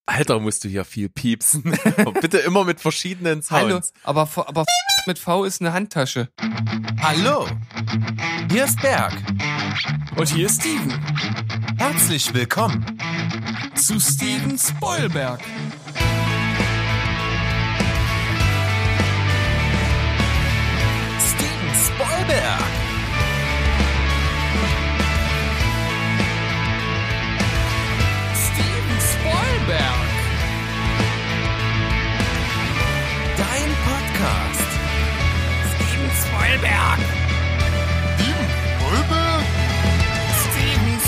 Alter, musst du hier viel piepsen. Bitte immer mit verschiedenen Sounds. Hallo, aber mit V ist eine Handtasche. Hallo, hier ist Berg. Und hier ist Steven. Herzlich willkommen Zu Steven Spoilberg. Steven Spoilberg. Steven Spoilberg. Dein Podcast. Steven Spoilberg. Steven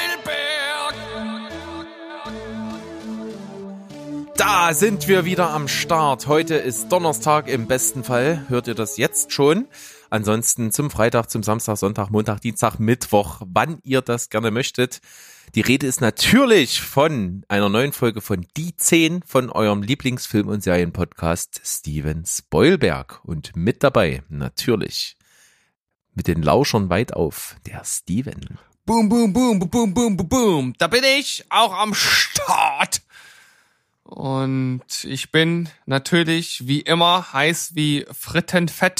Spoilberg. Da sind wir wieder am Start. Heute ist Donnerstag im besten Fall. Hört ihr das jetzt schon? Ansonsten zum Freitag, zum Samstag, Sonntag, Montag, Dienstag, Mittwoch, wann ihr das gerne möchtet. Die Rede ist natürlich von einer neuen Folge von Die 10 von eurem Lieblingsfilm- und Serienpodcast Steven Spoilberg. Und mit dabei natürlich mit den Lauschern weit auf, der Steven. Boom, boom, boom, boom, boom, boom, boom. Da bin ich auch am Start. Und ich bin natürlich wie immer heiß wie Frittenfett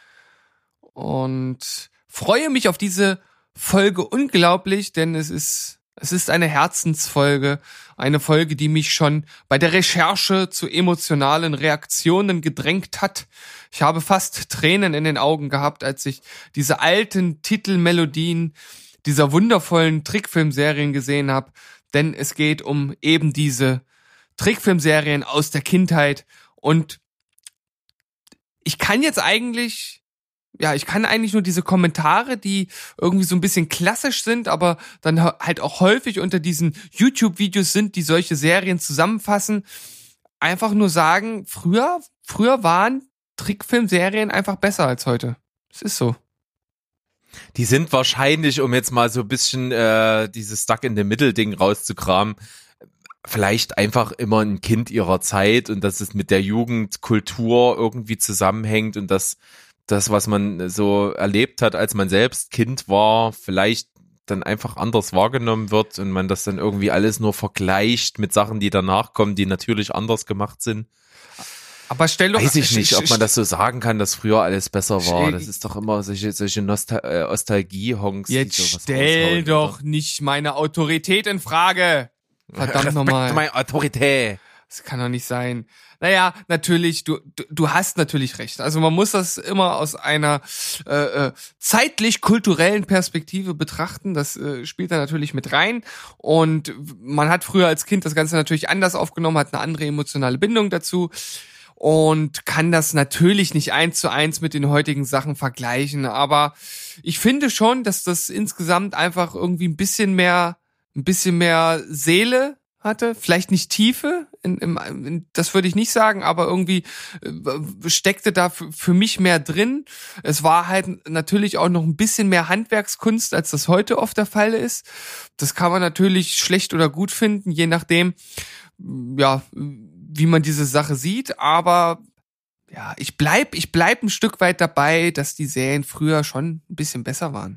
und freue mich auf diese Folge unglaublich, denn es ist eine Herzensfolge, eine Folge, die mich schon bei der Recherche zu emotionalen Reaktionen gedrängt hat. Ich habe fast Tränen in den Augen gehabt, als ich diese alten Titelmelodien dieser wundervollen Trickfilmserien gesehen habe, denn es geht um eben diese Trickfilmserien aus der Kindheit und ich kann eigentlich nur diese Kommentare, die irgendwie so ein bisschen klassisch sind, aber dann halt auch häufig unter diesen YouTube-Videos sind, die solche Serien zusammenfassen, einfach nur sagen, früher waren Trickfilmserien einfach besser als heute. Es ist so. Die sind wahrscheinlich, um jetzt mal so ein bisschen dieses Stuck-in-the-Middle-Ding rauszukramen, vielleicht einfach immer ein Kind ihrer Zeit und dass es mit der Jugendkultur irgendwie zusammenhängt und das, was man so erlebt hat, als man selbst Kind war, vielleicht dann einfach anders wahrgenommen wird und man das dann irgendwie alles nur vergleicht mit Sachen, die danach kommen, die natürlich anders gemacht sind. Aber weiß ich nicht, ob man das so sagen kann, dass früher alles besser war. Das ist doch immer solche Nostalgie-Honks. Jetzt stell doch nicht meine Autorität in Frage. Verdammt nochmal. Meine Autorität. Das kann doch nicht sein. Naja, natürlich, du hast natürlich recht. Also man muss das immer aus einer zeitlich-kulturellen Perspektive betrachten. Das spielt da natürlich mit rein. Und man hat früher als Kind das Ganze natürlich anders aufgenommen, hat eine andere emotionale Bindung dazu und kann das natürlich nicht 1:1 mit den heutigen Sachen vergleichen. Aber ich finde schon, dass das insgesamt einfach irgendwie ein bisschen mehr Seele hatte, vielleicht nicht Tiefe, das würde ich nicht sagen, aber irgendwie steckte da für mich mehr drin. Es war halt natürlich auch noch ein bisschen mehr Handwerkskunst, als das heute oft der Fall ist. Das kann man natürlich schlecht oder gut finden, je nachdem, ja, wie man diese Sache sieht, aber ja, ich bleib ein Stück weit dabei, dass die Serien früher schon ein bisschen besser waren.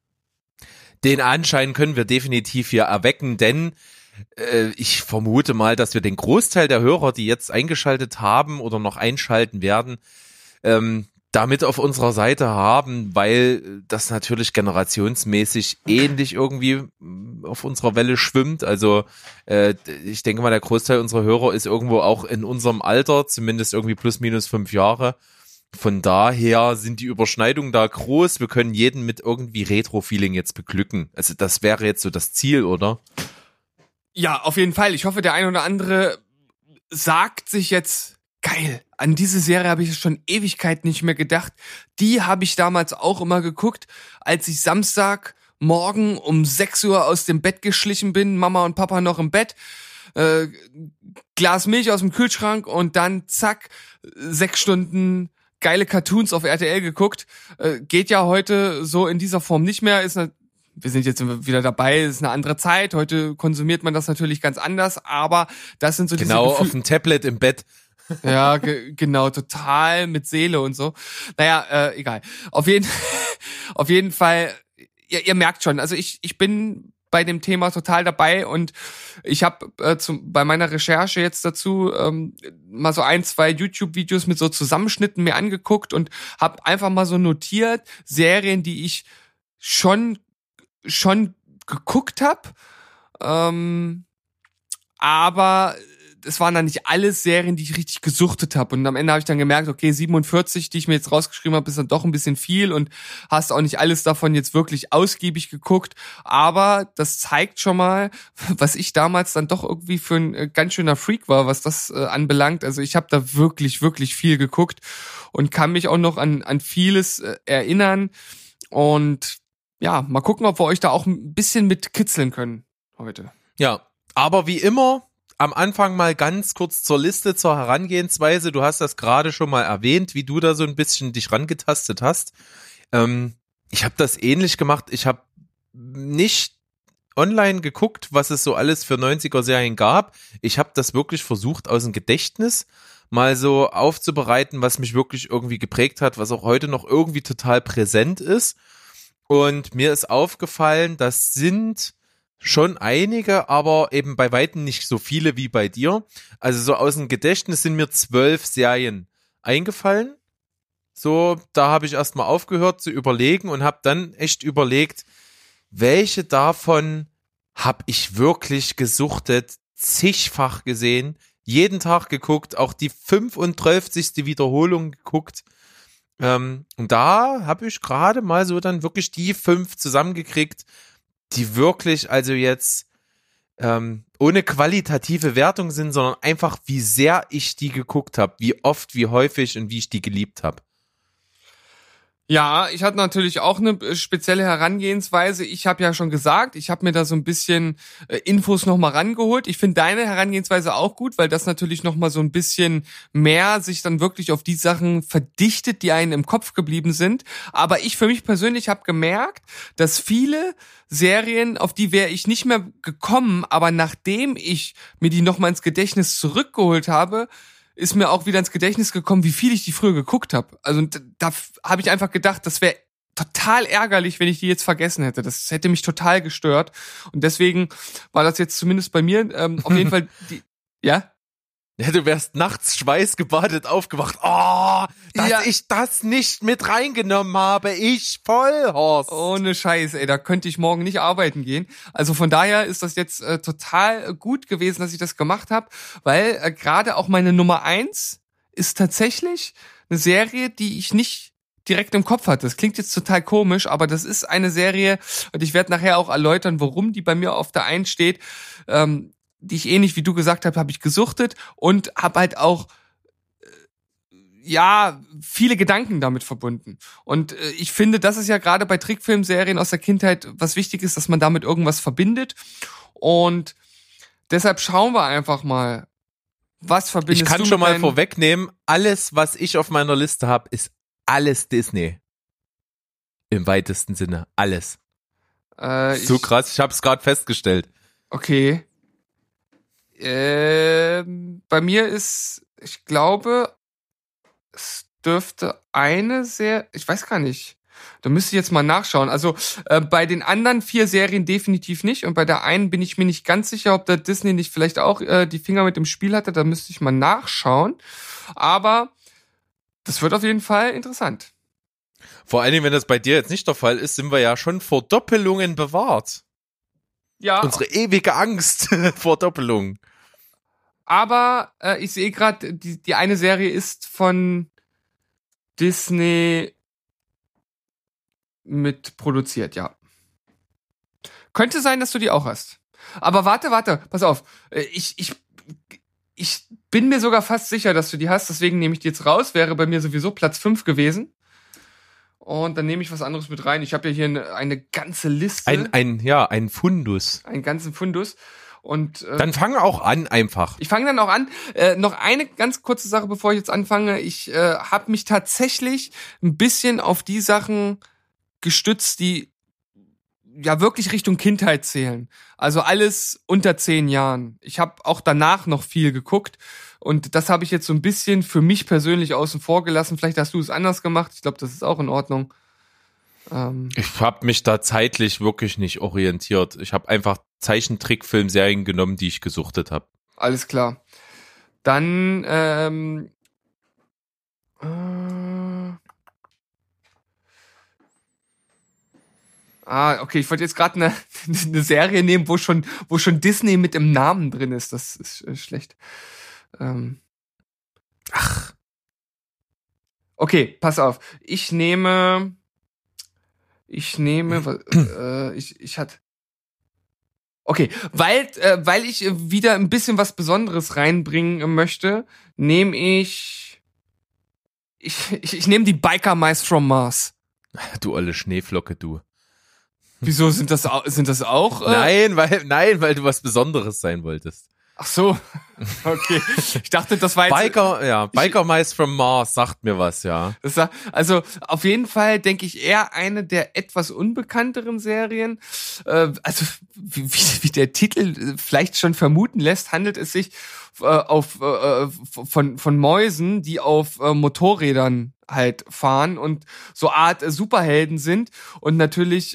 Den Anschein können wir definitiv hier erwecken, denn ich vermute mal, dass wir den Großteil der Hörer, die jetzt eingeschaltet haben oder noch einschalten werden, damit auf unserer Seite haben, weil das natürlich generationsmäßig ähnlich irgendwie auf unserer Welle schwimmt. Also ich denke mal, der Großteil unserer Hörer ist irgendwo auch in unserem Alter, zumindest irgendwie plus minus 5 Jahre. Von daher sind die Überschneidungen da groß. Wir können jeden mit irgendwie Retro-Feeling jetzt beglücken. Also das wäre jetzt so das Ziel, oder? Ja, auf jeden Fall. Ich hoffe, der ein oder andere sagt sich jetzt, geil, an diese Serie habe ich schon Ewigkeit nicht mehr gedacht. Die habe ich damals auch immer geguckt, als ich Samstagmorgen um 6 Uhr aus dem Bett geschlichen bin, Mama und Papa noch im Bett, Glas Milch aus dem Kühlschrank und dann zack, 6 Stunden geile Cartoons auf RTL geguckt. Geht ja heute so in dieser Form nicht mehr, wir sind jetzt wieder dabei, es ist eine andere Zeit, heute konsumiert man das natürlich ganz anders, aber das sind so diese Genau, auf dem Tablet im Bett. Ja, genau, total mit Seele und so. Naja, egal. Auf jeden Fall, ihr merkt schon, also ich bin bei dem Thema total dabei und ich habe bei meiner Recherche jetzt dazu mal so 1-2 YouTube-Videos mit so Zusammenschnitten mir angeguckt und habe einfach mal so notiert, Serien, die ich schon geguckt habe, aber es waren dann nicht alles Serien, die ich richtig gesuchtet habe. Und am Ende habe ich dann gemerkt, okay, 47, die ich mir jetzt rausgeschrieben habe, ist dann doch ein bisschen viel und hast auch nicht alles davon jetzt wirklich ausgiebig geguckt. Aber das zeigt schon mal, was ich damals dann doch irgendwie für ein ganz schöner Freak war, was das anbelangt. Also ich habe da wirklich, wirklich viel geguckt und kann mich auch noch an vieles erinnern. Und ja, mal gucken, ob wir euch da auch ein bisschen mit kitzeln können heute. Ja, aber wie immer, am Anfang mal ganz kurz zur Liste, zur Herangehensweise. Du hast das gerade schon mal erwähnt, wie du da so ein bisschen dich rangetastet hast. Ich habe das ähnlich gemacht. Ich habe nicht online geguckt, was es so alles für 90er-Serien gab. Ich habe das wirklich versucht, aus dem Gedächtnis mal so aufzubereiten, was mich wirklich irgendwie geprägt hat, was auch heute noch irgendwie total präsent ist. Und mir ist aufgefallen, das sind schon einige, aber eben bei weitem nicht so viele wie bei dir. Also so aus dem Gedächtnis sind mir 12 Serien eingefallen. So, da habe ich erstmal aufgehört zu überlegen und habe dann echt überlegt, welche davon habe ich wirklich gesuchtet, zigfach gesehen, jeden Tag geguckt, auch die 35. Wiederholung geguckt. Und da habe ich gerade mal so dann wirklich die 5 zusammengekriegt, die wirklich also jetzt ohne qualitative Wertung sind, sondern einfach, wie sehr ich die geguckt habe, wie oft, wie häufig und wie ich die geliebt habe. Ja, ich hatte natürlich auch eine spezielle Herangehensweise. Ich habe ja schon gesagt, ich habe mir da so ein bisschen Infos nochmal rangeholt. Ich finde deine Herangehensweise auch gut, weil das natürlich nochmal so ein bisschen mehr sich dann wirklich auf die Sachen verdichtet, die einem im Kopf geblieben sind. Aber ich für mich persönlich habe gemerkt, dass viele Serien, auf die wäre ich nicht mehr gekommen, aber nachdem ich mir die nochmal ins Gedächtnis zurückgeholt habe, ist mir auch wieder ins Gedächtnis gekommen, wie viel ich die früher geguckt habe. Also da habe ich einfach gedacht, das wäre total ärgerlich, wenn ich die jetzt vergessen hätte. Das hätte mich total gestört. Und deswegen war das jetzt zumindest bei mir auf jeden Fall die, ja? Ja, du wärst nachts schweißgebadet aufgewacht. Oh, dass Ja. ich das nicht mit reingenommen habe. Ich Vollhorst. Ohne Scheiß, ey, da könnte ich morgen nicht arbeiten gehen. Also von daher ist das jetzt total gut gewesen, dass ich das gemacht habe, weil gerade auch meine Nummer 1 ist tatsächlich eine Serie, die ich nicht direkt im Kopf hatte. Das klingt jetzt total komisch, aber das ist eine Serie, und ich werde nachher auch erläutern, warum die bei mir auf der 1 steht, die ich ähnlich wie du gesagt hast, habe ich gesuchtet und habe halt auch viele Gedanken damit verbunden. Und ich finde, das ist ja gerade bei Trickfilmserien aus der Kindheit was wichtig ist, dass man damit irgendwas verbindet. Und deshalb schauen wir einfach mal, was verbindest du Ich kann mit schon mal deinen- vorwegnehmen, alles, was ich auf meiner Liste habe, ist alles Disney. Im weitesten Sinne, alles. So krass, ich habe es gerade festgestellt. Okay. Bei mir ist, ich glaube, es dürfte eine Serie, ich weiß gar nicht. Da müsste ich jetzt mal nachschauen. Also bei den anderen 4 Serien definitiv nicht. Und bei der einen bin ich mir nicht ganz sicher, ob der Disney nicht vielleicht auch die Finger mit dem Spiel hatte. Da müsste ich mal nachschauen. Aber das wird auf jeden Fall interessant. Vor allen Dingen, wenn das bei dir jetzt nicht der Fall ist, sind wir ja schon vor Doppelungen bewahrt. Ja, Unsere ewige Angst vor Doppelungen. aber ich sehe gerade, die eine Serie ist von Disney mit produziert, ja. Könnte sein, dass du die auch hast. Aber warte, pass auf. Ich bin mir sogar fast sicher, dass du die hast, deswegen nehme ich die jetzt raus. Wäre bei mir sowieso Platz 5 gewesen. Und dann nehme ich was anderes mit rein. Ich habe ja hier eine ganze Liste. Ein Fundus. Einen ganzen Fundus. Und Dann fang auch an einfach. ich fange dann auch an. Noch eine ganz kurze Sache, bevor ich jetzt anfange. Ich habe mich tatsächlich ein bisschen auf die Sachen gestützt, die ja wirklich Richtung Kindheit zählen. Also alles unter 10 Jahren. Ich habe auch danach noch viel geguckt. Und das habe ich jetzt so ein bisschen für mich persönlich außen vor gelassen. Vielleicht hast du es anders gemacht. Ich glaube, das ist auch in Ordnung. Ich habe mich da zeitlich wirklich nicht orientiert. Ich habe einfach Zeichentrickfilmserien genommen, die ich gesuchtet habe. Alles klar. Dann, okay, ich wollte jetzt gerade eine Serie nehmen, wo schon Disney mit im Namen drin ist. Das ist schlecht. Okay, pass auf. Ich nehme, ich hatte. Okay, weil ich wieder ein bisschen was Besonderes reinbringen möchte, nehme ich nehme die Biker Mice from Mars. Du olle Schneeflocke, du. Wieso sind das auch? Nein, weil du was Besonderes sein wolltest. Ach so. Okay. Ich dachte, das war jetzt Biker Mice from Mars sagt mir was, ja. Also auf jeden Fall denke ich eher eine der etwas unbekannteren Serien. Also wie der Titel vielleicht schon vermuten lässt, handelt es sich von Mäusen, die auf Motorrädern halt fahren und so Art Superhelden sind und natürlich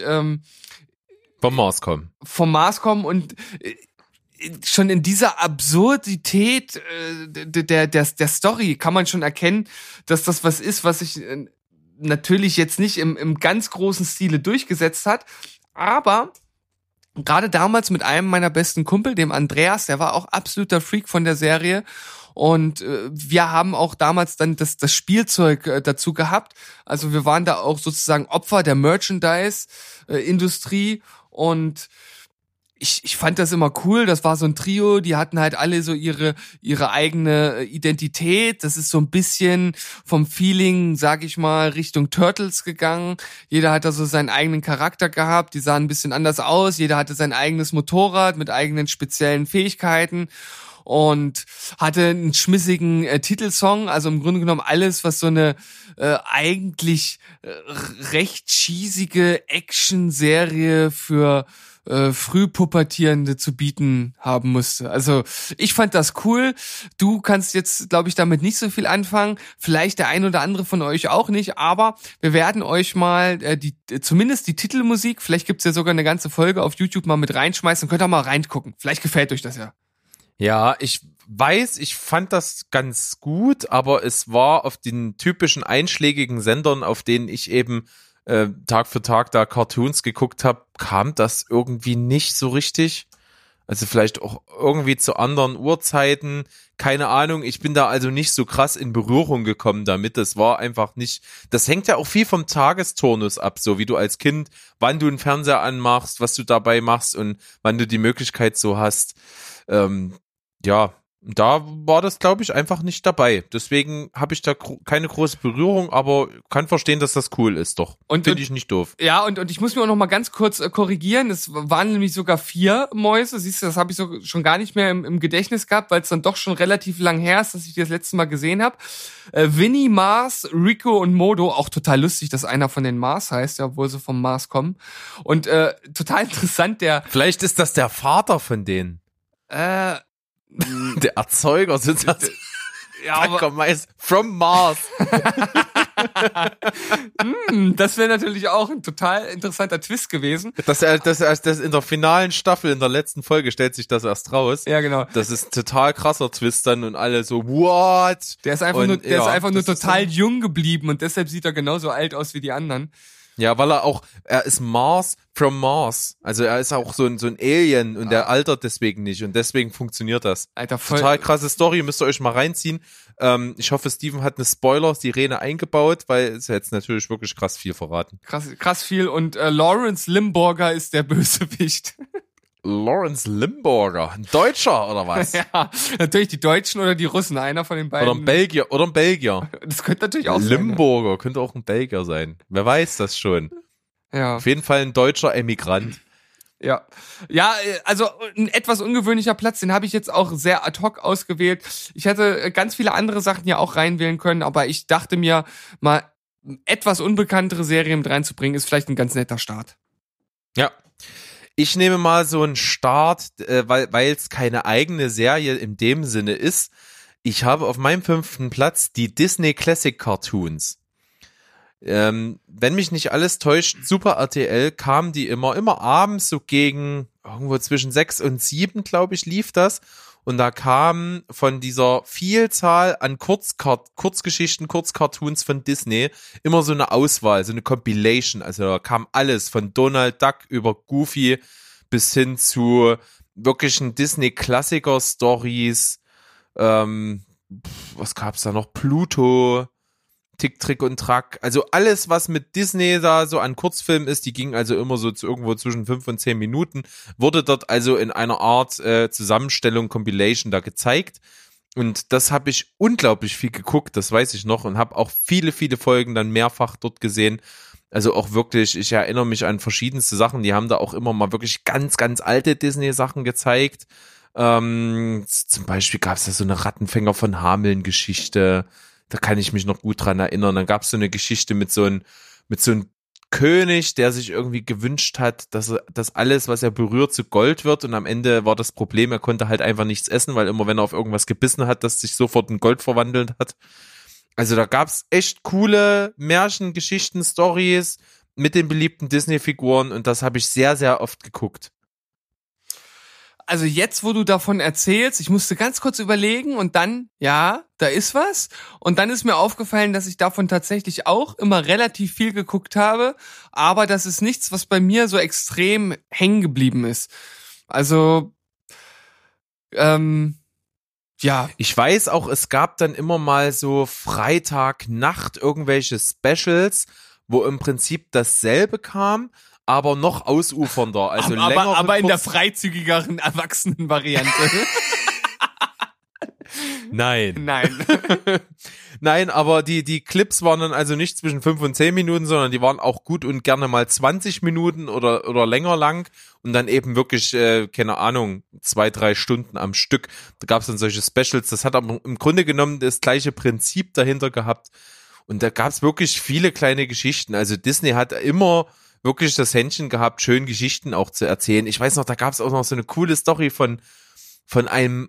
vom Mars kommen und schon in dieser Absurdität der Story kann man schon erkennen, dass das was ist, was sich natürlich jetzt nicht im ganz großen Stile durchgesetzt hat, aber gerade damals mit einem meiner besten Kumpel, dem Andreas, der war auch absoluter Freak von der Serie und wir haben auch damals dann das Spielzeug dazu gehabt, also wir waren da auch sozusagen Opfer der Merchandise-Industrie und ich fand das immer cool, das war so ein Trio, die hatten halt alle so ihre eigene Identität, das ist so ein bisschen vom Feeling, sag ich mal, Richtung Turtles gegangen, jeder hat da so seinen eigenen Charakter gehabt, die sahen ein bisschen anders aus, jeder hatte sein eigenes Motorrad mit eigenen speziellen Fähigkeiten und hatte einen schmissigen Titelsong, also im Grunde genommen alles, was so eine eigentlich recht cheesige Action-Serie für Frühpubertierende zu bieten haben musste. Also ich fand das cool. Du kannst jetzt, glaube ich, damit nicht so viel anfangen. Vielleicht der ein oder andere von euch auch nicht. Aber wir werden euch mal zumindest die Titelmusik, vielleicht gibt's ja sogar eine ganze Folge auf YouTube mal mit reinschmeißen. Könnt ihr mal reingucken. Vielleicht gefällt euch das ja. Ja, ich weiß, ich fand das ganz gut, aber es war auf den typischen einschlägigen Sendern, auf denen ich eben Tag für Tag da Cartoons geguckt habe, kam das irgendwie nicht so richtig. Also vielleicht auch irgendwie zu anderen Uhrzeiten. Keine Ahnung, ich bin da also nicht so krass in Berührung gekommen damit. Das war einfach nicht, das hängt ja auch viel vom Tagesturnus ab, so wie du als Kind, wann du einen Fernseher anmachst, was du dabei machst und wann du die Möglichkeit so hast. Ja, da war das, glaube ich, einfach nicht dabei. Deswegen habe ich da keine große Berührung, aber kann verstehen, dass das cool ist, doch. Finde ich nicht doof. Ja, und ich muss mir auch noch mal ganz kurz korrigieren. Es waren nämlich sogar 4 Mäuse. Siehst du, das habe ich so schon gar nicht mehr im Gedächtnis gehabt, weil es dann doch schon relativ lang her ist, dass ich die das letzte Mal gesehen habe. Winnie, Mars, Rico und Modo. Auch total lustig, dass einer von den Mars heißt, ja, obwohl sie vom Mars kommen. Und total interessant, Vielleicht ist das der Vater von denen. Der Erzeuger sind das. Ja, aber Mais from Mars. Das wäre natürlich auch ein total interessanter Twist gewesen. Das in der finalen Staffel, in der letzten Folge stellt sich das erst raus. Ja, genau. Das ist ein total krasser Twist dann und alle so, what? Der ist einfach nur total jung geblieben und deshalb sieht er genauso alt aus wie die anderen. Ja, weil er ist Mars from Mars. Also er ist auch so ein Alien und der altert deswegen nicht und deswegen funktioniert das. Alter, voll. Total krasse Story, müsst ihr euch mal reinziehen. Ich hoffe, Steven hat eine Spoiler-Sirene eingebaut, weil es jetzt natürlich wirklich krass viel verraten. Krass viel und Lawrence Limburger ist der Bösewicht. Lawrence Limburger, ein Deutscher oder was? Ja, natürlich die Deutschen oder die Russen, einer von den beiden. Oder ein Belgier. Das könnte natürlich auch Limburger, sein. Ja. könnte auch ein Belgier sein. Wer weiß das schon. Ja. Auf jeden Fall ein deutscher Emigrant. Ja, also ein etwas ungewöhnlicher Platz, den habe ich jetzt auch sehr ad hoc ausgewählt. Ich hätte ganz viele andere Sachen ja auch reinwählen können, aber ich dachte mir, mal etwas unbekanntere Serien mit reinzubringen, ist vielleicht ein ganz netter Start. Ja. Ich nehme mal so einen Start, weil es keine eigene Serie in dem Sinne ist. Ich habe auf meinem 5. Platz die Disney Classic Cartoons. Wenn mich nicht alles täuscht, Super RTL kamen die immer abends so gegen irgendwo zwischen 6 und 7, glaube ich, lief das. Und da kam von dieser Vielzahl an Kurzgeschichten, Kurzcartoons von Disney immer so eine Auswahl, so eine Compilation. Also da kam alles von Donald Duck über Goofy bis hin zu wirklichen Disney-Klassiker-Stories. Was gab's da noch? Pluto, Tick, Trick und Track. Also alles, was mit Disney da so an Kurzfilmen ist, die ging also immer so irgendwo zwischen 5 und 10 Minuten, wurde dort also in einer Art Zusammenstellung, Compilation da gezeigt. Und das habe ich unglaublich viel geguckt, das weiß ich noch, und habe auch viele Folgen dann mehrfach dort gesehen. Also auch wirklich, ich erinnere mich an verschiedenste Sachen, die haben da auch immer mal wirklich ganz alte Disney-Sachen gezeigt. Zum Beispiel gab es da so eine Rattenfänger von Hameln-Geschichte. Da kann ich mich noch gut dran erinnern. Dann gab es so eine Geschichte mit so einem König, der sich irgendwie gewünscht hat, dass alles, was er berührt, zu Gold wird. Und am Ende war das Problem, er konnte halt einfach nichts essen, weil immer, wenn er auf irgendwas gebissen hat, das sich sofort in Gold verwandelt hat. Also da gab's echt coole Märchengeschichten, Stories mit den beliebten Disney-Figuren. Und das habe ich sehr oft geguckt. Also jetzt, wo du davon erzählst, ich musste ganz kurz überlegen und dann, ja, da ist was. Und dann ist mir aufgefallen, dass ich davon tatsächlich auch immer relativ viel geguckt habe. Aber das ist nichts, was bei mir so extrem hängen geblieben ist. Also, ja. Ich weiß auch, es gab dann immer mal so Freitagnacht irgendwelche Specials, wo im Prinzip dasselbe kam, aber noch ausufernder, also länger. Aber in der freizügigeren Erwachsenen-Variante. Nein. Nein, aber die Clips waren dann also nicht zwischen 5 und 10 Minuten, sondern die waren auch gut und gerne mal 20 Minuten oder länger lang und dann eben wirklich, keine Ahnung, 2-3 Stunden am Stück. Da gab es dann solche Specials, das hat aber im Grunde genommen das gleiche Prinzip dahinter gehabt und da gab es wirklich viele kleine Geschichten. Also Disney hat immer wirklich das Händchen gehabt, schön Geschichten auch zu erzählen. Ich weiß noch, da gab es auch noch so eine coole Story von einem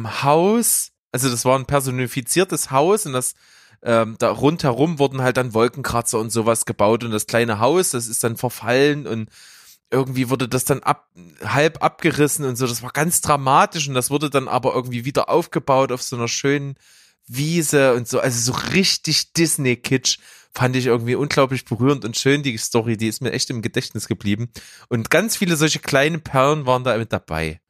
Haus, also das war ein personifiziertes Haus und das da rundherum wurden halt dann Wolkenkratzer und sowas gebaut und das kleine Haus, das ist dann verfallen und irgendwie wurde das dann halb abgerissen und so, das war ganz dramatisch und das wurde dann aber irgendwie wieder aufgebaut auf so einer schönen Wiese und so, also so richtig Disney-Kitsch. Fand ich irgendwie unglaublich berührend und schön, die Story, die ist mir echt im Gedächtnis geblieben. Und ganz viele solche kleine Perlen waren da mit dabei.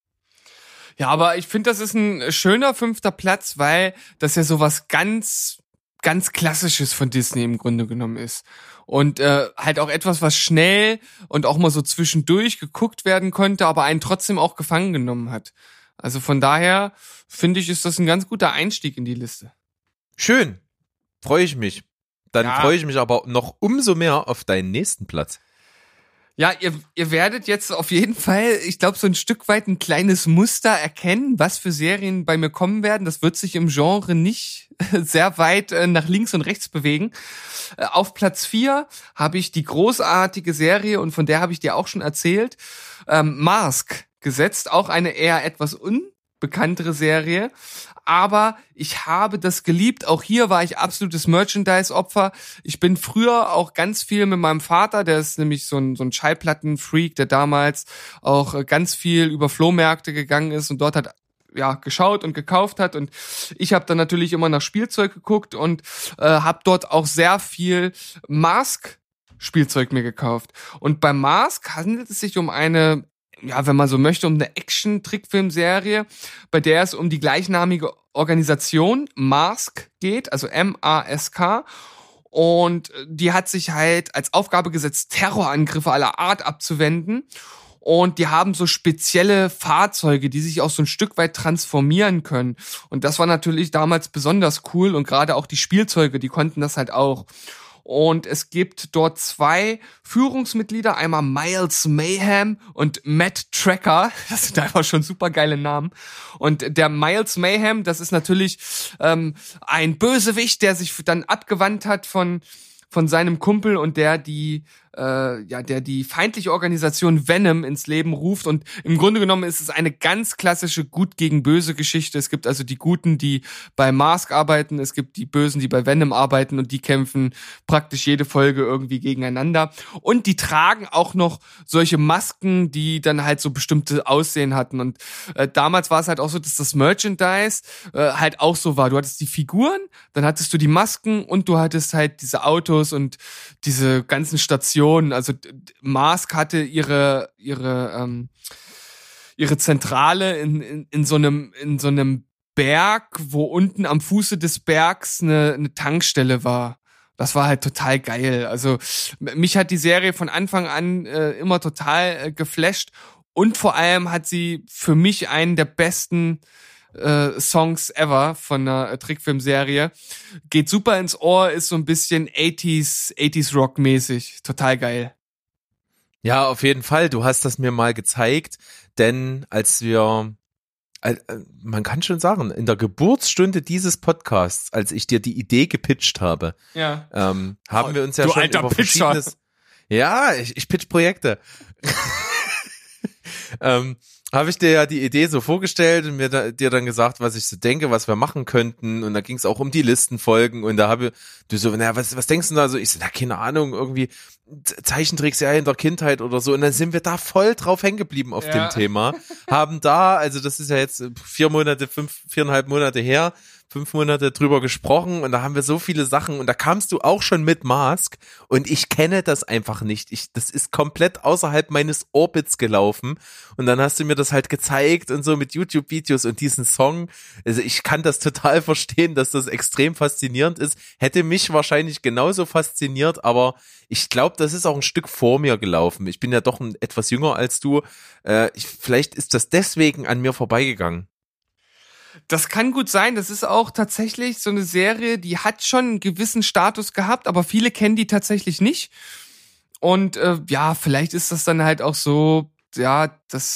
Ja, aber ich finde, das ist ein schöner 5. Platz, weil das ja sowas ganz Klassisches von Disney im Grunde genommen ist. Und halt auch etwas, was schnell und auch mal so zwischendurch geguckt werden konnte, aber einen trotzdem auch gefangen genommen hat. Also von daher finde ich, ist das ein ganz guter Einstieg in die Liste. Schön, freue ich mich. Dann freue ich mich aber noch umso mehr auf deinen nächsten Platz. Ja, ihr werdet jetzt auf jeden Fall, ich glaube, so ein Stück weit ein kleines Muster erkennen, was für Serien bei mir kommen werden. Das wird sich im Genre nicht sehr weit nach links und rechts bewegen. Auf Platz 4 habe ich die großartige Serie, und von der habe ich dir auch schon erzählt, Mask gesetzt. Auch eine eher etwas unbekanntere Serie. Aber ich habe das geliebt. Auch hier war ich absolutes Merchandise-Opfer. Ich bin früher auch ganz viel mit meinem Vater, der ist nämlich so ein Schallplatten-Freak, der damals auch ganz viel über Flohmärkte gegangen ist und dort hat geschaut und gekauft hat. Und ich habe dann natürlich immer nach Spielzeug geguckt und habe dort auch sehr viel Mask-Spielzeug mir gekauft. Und bei Mask handelt es sich um eine, wenn man so möchte, um eine Action-Trickfilmserie, bei der es um die gleichnamige Organisation Mask geht, also M-A-S-K. Und die hat sich halt als Aufgabe gesetzt, Terrorangriffe aller Art abzuwenden. Und die haben so spezielle Fahrzeuge, die sich auch so ein Stück weit transformieren können. Und das war natürlich damals besonders cool. Und gerade auch die Spielzeuge, die konnten das halt auch. Und es gibt dort 2 Führungsmitglieder, einmal Miles Mayhem und Matt Tracker. Das sind einfach schon super geile Namen. Und der Miles Mayhem, das ist natürlich ein Bösewicht, der sich dann abgewandt hat von seinem Kumpel und der die der die feindliche Organisation Venom ins Leben ruft. Und im Grunde genommen ist es eine ganz klassische Gut gegen Böse Geschichte. Es gibt also die Guten, die bei Mask arbeiten, es gibt die Bösen, die bei Venom arbeiten, und die kämpfen praktisch jede Folge irgendwie gegeneinander. Und die tragen auch noch solche Masken, die dann halt so bestimmte Aussehen hatten. Und damals war es halt auch so, dass das Merchandise halt auch so war. Du hattest die Figuren, dann hattest du die Masken und du hattest halt diese Autos und diese ganzen Stationen. Also Mask hatte ihre Zentrale in so einem Berg, wo unten am Fuße des Bergs eine Tankstelle war. Das war halt total geil. Also mich hat die Serie von Anfang an immer total geflasht, und vor allem hat sie für mich einen der besten Songs ever von einer Trickfilmserie. Geht super ins Ohr, ist so ein bisschen 80s Rock mäßig. Total geil. Ja, auf jeden Fall. Du hast das mir mal gezeigt, denn als wir, man kann schon sagen, in der Geburtsstunde dieses Podcasts, als ich dir die Idee gepitcht habe, haben wir uns ja du schon alter über Pitcher. verschiedenes... Ja, ich pitch Projekte. Habe ich dir ja die Idee so vorgestellt und dir dann gesagt, was ich so denke, was wir machen könnten, und da ging es auch um die Listenfolgen, und da du so, was denkst du da so? Ich so, keine Ahnung, irgendwie Zeichentrickserien der Kindheit oder so, und dann sind wir da voll drauf hängen geblieben auf dem Thema, haben da, also das ist ja jetzt 4,5 Monate her, 5 Monate drüber gesprochen, und da haben wir so viele Sachen, und da kamst du auch schon mit Mask, und ich kenne das einfach nicht. Das ist komplett außerhalb meines Orbits gelaufen, und dann hast du mir das halt gezeigt und so mit YouTube-Videos und diesen Song. Also ich kann das total verstehen, dass das extrem faszinierend ist. Hätte mich wahrscheinlich genauso fasziniert, aber ich glaube, das ist auch ein Stück vor mir gelaufen. Ich bin ja doch etwas jünger als du. Vielleicht ist das deswegen an mir vorbeigegangen. Das kann gut sein. Das ist auch tatsächlich so eine Serie, die hat schon einen gewissen Status gehabt, aber viele kennen die tatsächlich nicht. Und vielleicht ist das dann halt auch so, ja,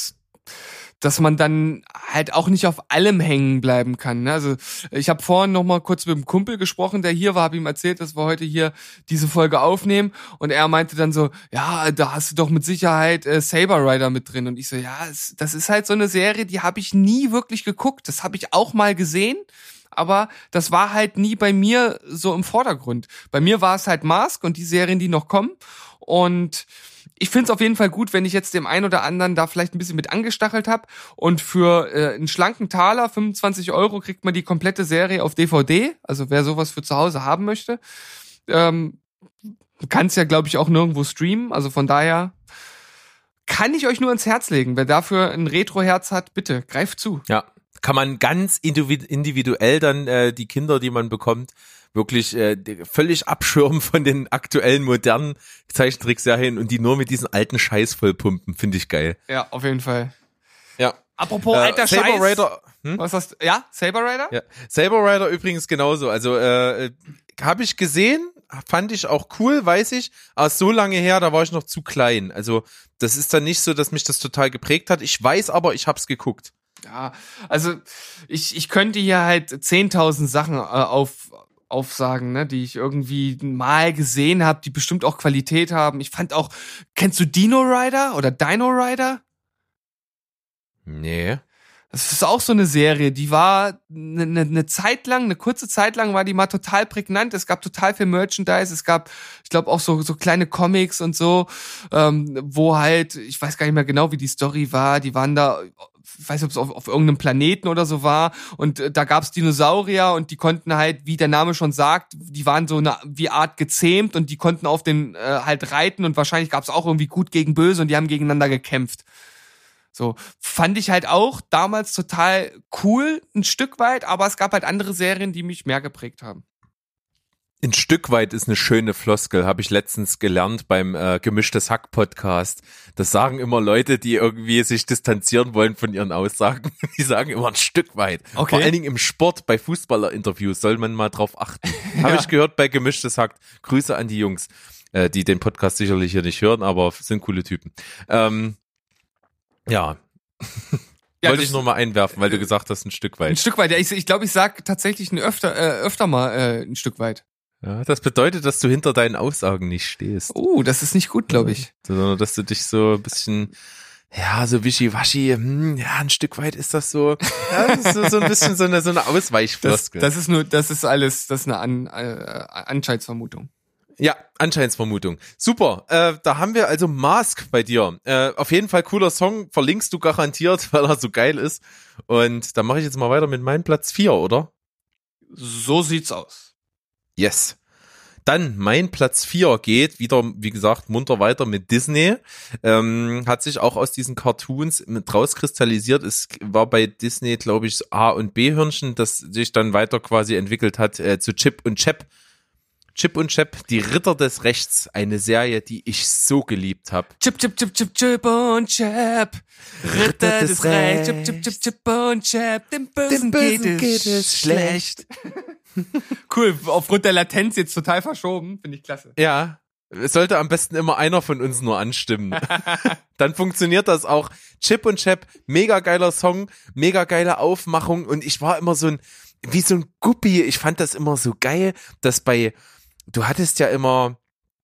dass man dann halt auch nicht auf allem hängen bleiben kann. Ne? Also ich habe vorhin noch mal kurz mit einem Kumpel gesprochen, der hier war, habe ihm erzählt, dass wir heute hier diese Folge aufnehmen, und er meinte dann so, ja, da hast du doch mit Sicherheit Saber Rider mit drin, und ich so, ja, das ist halt so eine Serie, die habe ich nie wirklich geguckt, das habe ich auch mal gesehen, aber das war halt nie bei mir so im Vordergrund. Bei mir war es halt Mask und die Serien, die noch kommen, und ich finde es auf jeden Fall gut, wenn ich jetzt dem einen oder anderen da vielleicht ein bisschen mit angestachelt habe, und für einen schlanken Taler, 25 € kriegt man die komplette Serie auf DVD, also wer sowas für zu Hause haben möchte. Kann es ja, glaube ich, auch nirgendwo streamen, also von daher kann ich euch nur ins Herz legen. Wer dafür ein Retro-Herz hat, bitte, greift zu. Ja, kann man ganz individuell dann die Kinder, die man bekommt, wirklich völlig abschirmen von den aktuellen modernen Zeichentrickserien und die nur mit diesen alten Scheiß vollpumpen. Finde ich geil. Ja, auf jeden Fall. Ja. Apropos alter Saber Scheiß. Rider, Was hast du? Ja, Saber Rider? Ja. Saber Rider übrigens genauso. Also habe ich gesehen, fand ich auch cool, weiß ich, aber so lange her, da war ich noch zu klein. Also das ist dann nicht so, dass mich das total geprägt hat. Ich weiß aber, ich hab's geguckt. Ja, also ich könnte hier halt 10.000 Sachen aufsagen, ne, die ich irgendwie mal gesehen habe, die bestimmt auch Qualität haben. Ich fand auch, kennst du Dino Rider oder Dino Rider? Nee. Das ist auch so eine Serie, die war eine Zeit lang, eine kurze Zeit lang war die mal total prägnant. Es gab total viel Merchandise, es gab, ich glaube, auch so kleine Comics und so, wo halt, ich weiß gar nicht mehr genau, wie die Story war, die waren da, ich weiß nicht, ob es auf irgendeinem Planeten oder so war, und da gab's Dinosaurier, und die konnten halt, wie der Name schon sagt, die waren so eine wie Art gezähmt, und die konnten auf den halt reiten, und wahrscheinlich gab's auch irgendwie Gut gegen Böse, und die haben gegeneinander gekämpft. So, fand ich halt auch damals total cool, ein Stück weit, aber es gab halt andere Serien, die mich mehr geprägt haben. Ein Stück weit ist eine schöne Floskel, habe ich letztens gelernt beim Gemischtes Hack Podcast. Das sagen immer Leute, die irgendwie sich distanzieren wollen von ihren Aussagen. Die sagen immer ein Stück weit. Okay. Vor allen Dingen im Sport, bei Fußballerinterviews soll man mal drauf achten. Habe ich gehört bei Gemischtes Hack. Grüße an die Jungs, die den Podcast sicherlich hier nicht hören, aber sind coole Typen. Ja. Wollte ich nur mal einwerfen, weil du gesagt hast, ein Stück weit. Ein Stück weit, ja. Ich glaube, ich sag tatsächlich öfter mal ein Stück weit. Ja, das bedeutet, dass du hinter deinen Aussagen nicht stehst. Oh, das ist nicht gut, glaube ich. Sondern, dass du dich so ein bisschen, ja, so wischiwaschi, ja, ein Stück weit ist das so, ja, das ist so ein bisschen so eine Ausweichfloskel. Das ist eine Anscheinsvermutung. Ja, Anscheinsvermutung. Super, da haben wir also Mask bei dir. Auf jeden Fall cooler Song, verlinkst du garantiert, weil er so geil ist. Und dann mache ich jetzt mal weiter mit meinem Platz 4, oder? So sieht's aus. Yes. Dann mein Platz 4 geht wieder, wie gesagt, munter weiter mit Disney. Hat sich auch aus diesen Cartoons mit rauskristallisiert. Es war bei Disney, glaube ich, A- und B-Hörnchen, das sich dann weiter quasi entwickelt hat zu Chip und Chap. Chip und Chap, die Ritter des Rechts, eine Serie, die ich so geliebt habe. Chip, Chip, Chip, Chip, Chip und Chap. Ritter des Rechts. Chip, Chip, Chip, Chip und Chap. Dem Bösen geht es schlecht. Cool, aufgrund der Latenz jetzt total verschoben. Finde ich klasse. Ja, es sollte am besten immer einer von uns nur anstimmen. Dann funktioniert das auch. Chip und Chap, mega geiler Song, mega geile Aufmachung und ich war immer wie so ein Guppi. Ich fand das immer so geil, dass du hattest ja immer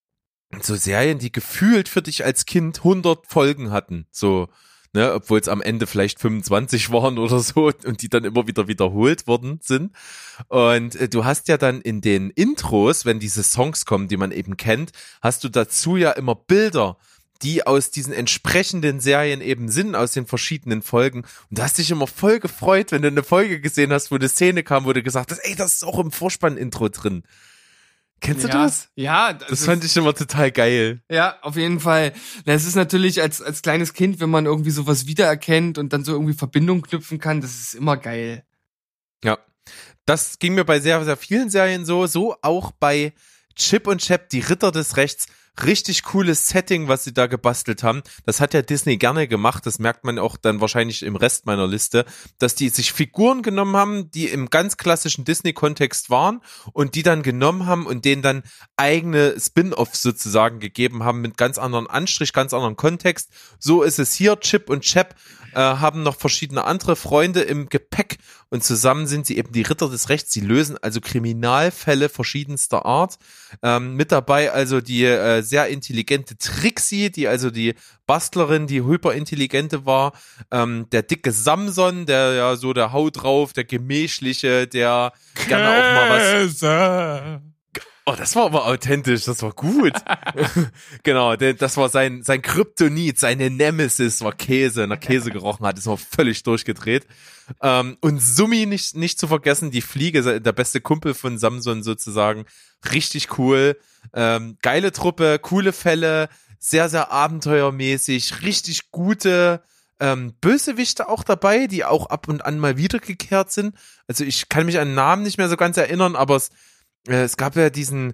so Serien, die gefühlt für dich als Kind 100 Folgen hatten, so, ne, obwohl es am Ende vielleicht 25 waren oder so und die dann immer wieder wiederholt worden sind. Und du hast ja dann in den Intros, wenn diese Songs kommen, die man eben kennt, hast du dazu ja immer Bilder, die aus diesen entsprechenden Serien eben sind, aus den verschiedenen Folgen. Und du hast dich immer voll gefreut, wenn du eine Folge gesehen hast, wo eine Szene kam, wo du gesagt hast, ey, das ist auch im Vorspann-Intro drin. Kennst du das? Ja. Das fand ich immer total geil. Ja, auf jeden Fall. Das ist natürlich als kleines Kind, wenn man irgendwie sowas wiedererkennt und dann so irgendwie Verbindung knüpfen kann, das ist immer geil. Ja, das ging mir bei sehr, sehr vielen Serien so auch bei Chip und Chap, die Ritter des Rechts. Richtig cooles Setting, was sie da gebastelt haben. Das hat ja Disney gerne gemacht. Das merkt man auch dann wahrscheinlich im Rest meiner Liste, dass die sich Figuren genommen haben, die im ganz klassischen Disney-Kontext waren und die dann genommen haben und denen dann eigene Spin-Offs sozusagen gegeben haben mit ganz anderen Anstrich, ganz anderen Kontext. So ist es hier. Chip und Chap haben noch verschiedene andere Freunde im Gepäck und zusammen sind sie eben die Ritter des Rechts. Sie lösen also Kriminalfälle verschiedenster Art. Mit dabei also die sehr intelligente Trixie, die also die Bastlerin, die hyperintelligente war. Der dicke Samson, der ja so der Haut drauf, der gemächliche, der gerne auch mal was... Oh, das war aber authentisch, das war gut. Genau, das war sein Kryptonit, seine Nemesis war Käse, wenn er Käse gerochen hat, ist mal völlig durchgedreht. Und Summi nicht zu vergessen, die Fliege, der beste Kumpel von Samson sozusagen, richtig cool. Geile Truppe, coole Fälle, sehr, sehr abenteuermäßig, richtig gute Bösewichte auch dabei, die auch ab und an mal wiedergekehrt sind. Also ich kann mich an den Namen nicht mehr so ganz erinnern, aber es gab ja diesen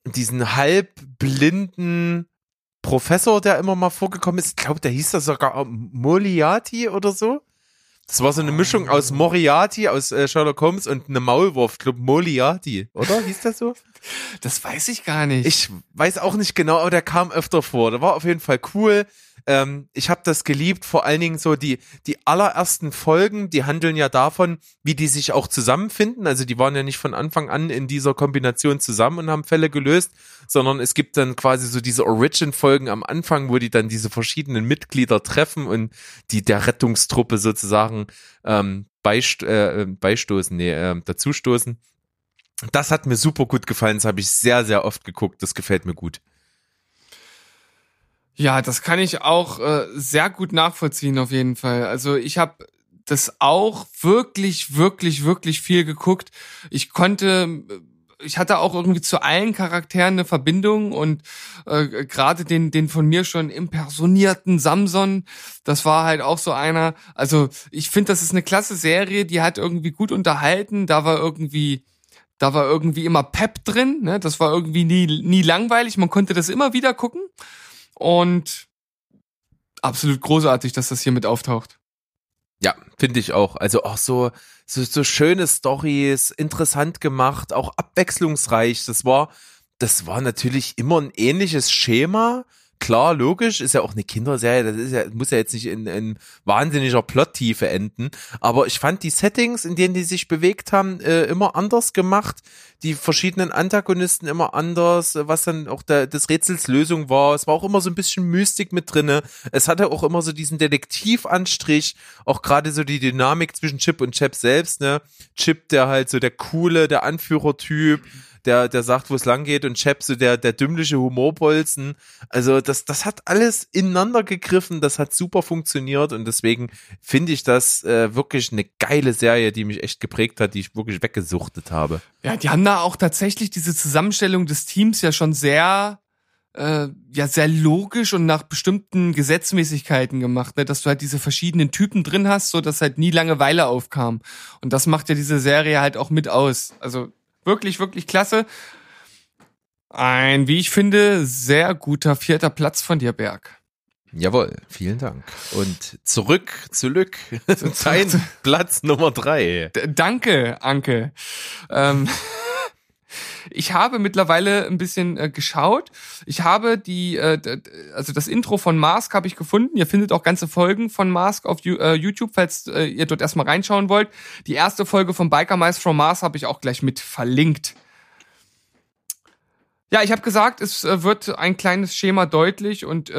halbblinden Professor, der immer mal vorgekommen ist. Ich glaube, der hieß das sogar Moriarty oder so. Das war so eine Mischung aus Moriarty, aus Sherlock Holmes und einem Maulwurf. Ich glaube, Moriarty, oder? Hieß das so? Das weiß ich gar nicht. Ich weiß auch nicht genau, aber der kam öfter vor. Der war auf jeden Fall cool. Ich habe das geliebt, vor allen Dingen so die allerersten Folgen, die handeln ja davon, wie die sich auch zusammenfinden. Also die waren ja nicht von Anfang an in dieser Kombination zusammen und haben Fälle gelöst, sondern es gibt dann quasi so diese Origin-Folgen am Anfang, wo die dann diese verschiedenen Mitglieder treffen und die der Rettungstruppe sozusagen dazustoßen. Das hat mir super gut gefallen, das habe ich sehr, sehr oft geguckt, das gefällt mir gut. Ja, das kann ich auch sehr gut nachvollziehen auf jeden Fall. Also ich habe das auch wirklich, wirklich, wirklich viel geguckt. Ich hatte auch irgendwie zu allen Charakteren eine Verbindung und gerade den von mir schon impersonierten Samson, das war halt auch so einer. Also ich finde, das ist eine klasse Serie, die hat irgendwie gut unterhalten, da war irgendwie immer Pep drin, ne? Das war irgendwie nie langweilig, man konnte das immer wieder gucken. Und absolut großartig, dass das hier mit auftaucht. Ja, finde ich auch. Also auch so schöne Storys, interessant gemacht, auch abwechslungsreich. Das war natürlich immer ein ähnliches Schema. klar, logisch, ist ja auch eine Kinderserie, das ist ja, muss ja jetzt nicht in wahnsinniger Plottiefe enden, aber ich fand die Settings, in denen die sich bewegt haben, immer anders gemacht, die verschiedenen Antagonisten immer anders, was dann auch des Rätsels Lösung war, es war auch immer so ein bisschen Mystik mit drinne, es hatte auch immer so diesen Detektivanstrich, auch gerade so die Dynamik zwischen Chip und Chap selbst, ne, Chip, der halt so der coole, der Anführertyp, der sagt, wo es lang geht, und Chap so der dümmliche Humorbolzen. Also das hat alles ineinander gegriffen, das hat super funktioniert und deswegen finde ich das wirklich eine geile Serie, die mich echt geprägt hat, die ich wirklich weggesuchtet habe. Ja, die haben da auch tatsächlich diese Zusammenstellung des Teams ja schon sehr sehr logisch und nach bestimmten Gesetzmäßigkeiten gemacht, ne? Dass du halt diese verschiedenen Typen drin hast, so dass halt nie Langeweile aufkam. Und das macht ja diese Serie halt auch mit aus. Also wirklich, wirklich klasse. Ein, wie ich finde, sehr guter 4. Platz von dir, Berg. Jawohl, vielen Dank. Und zurück zu Lück. Dein Platz Nummer 3. Danke, Anke. Ich habe mittlerweile ein bisschen geschaut. Ich habe also das Intro von Mask habe ich gefunden. Ihr findet auch ganze Folgen von Mask auf YouTube, falls ihr dort erstmal reinschauen wollt. Die erste Folge von Biker Mice from Mars habe ich auch gleich mit verlinkt. Ja, ich habe gesagt, es wird ein kleines Schema deutlich und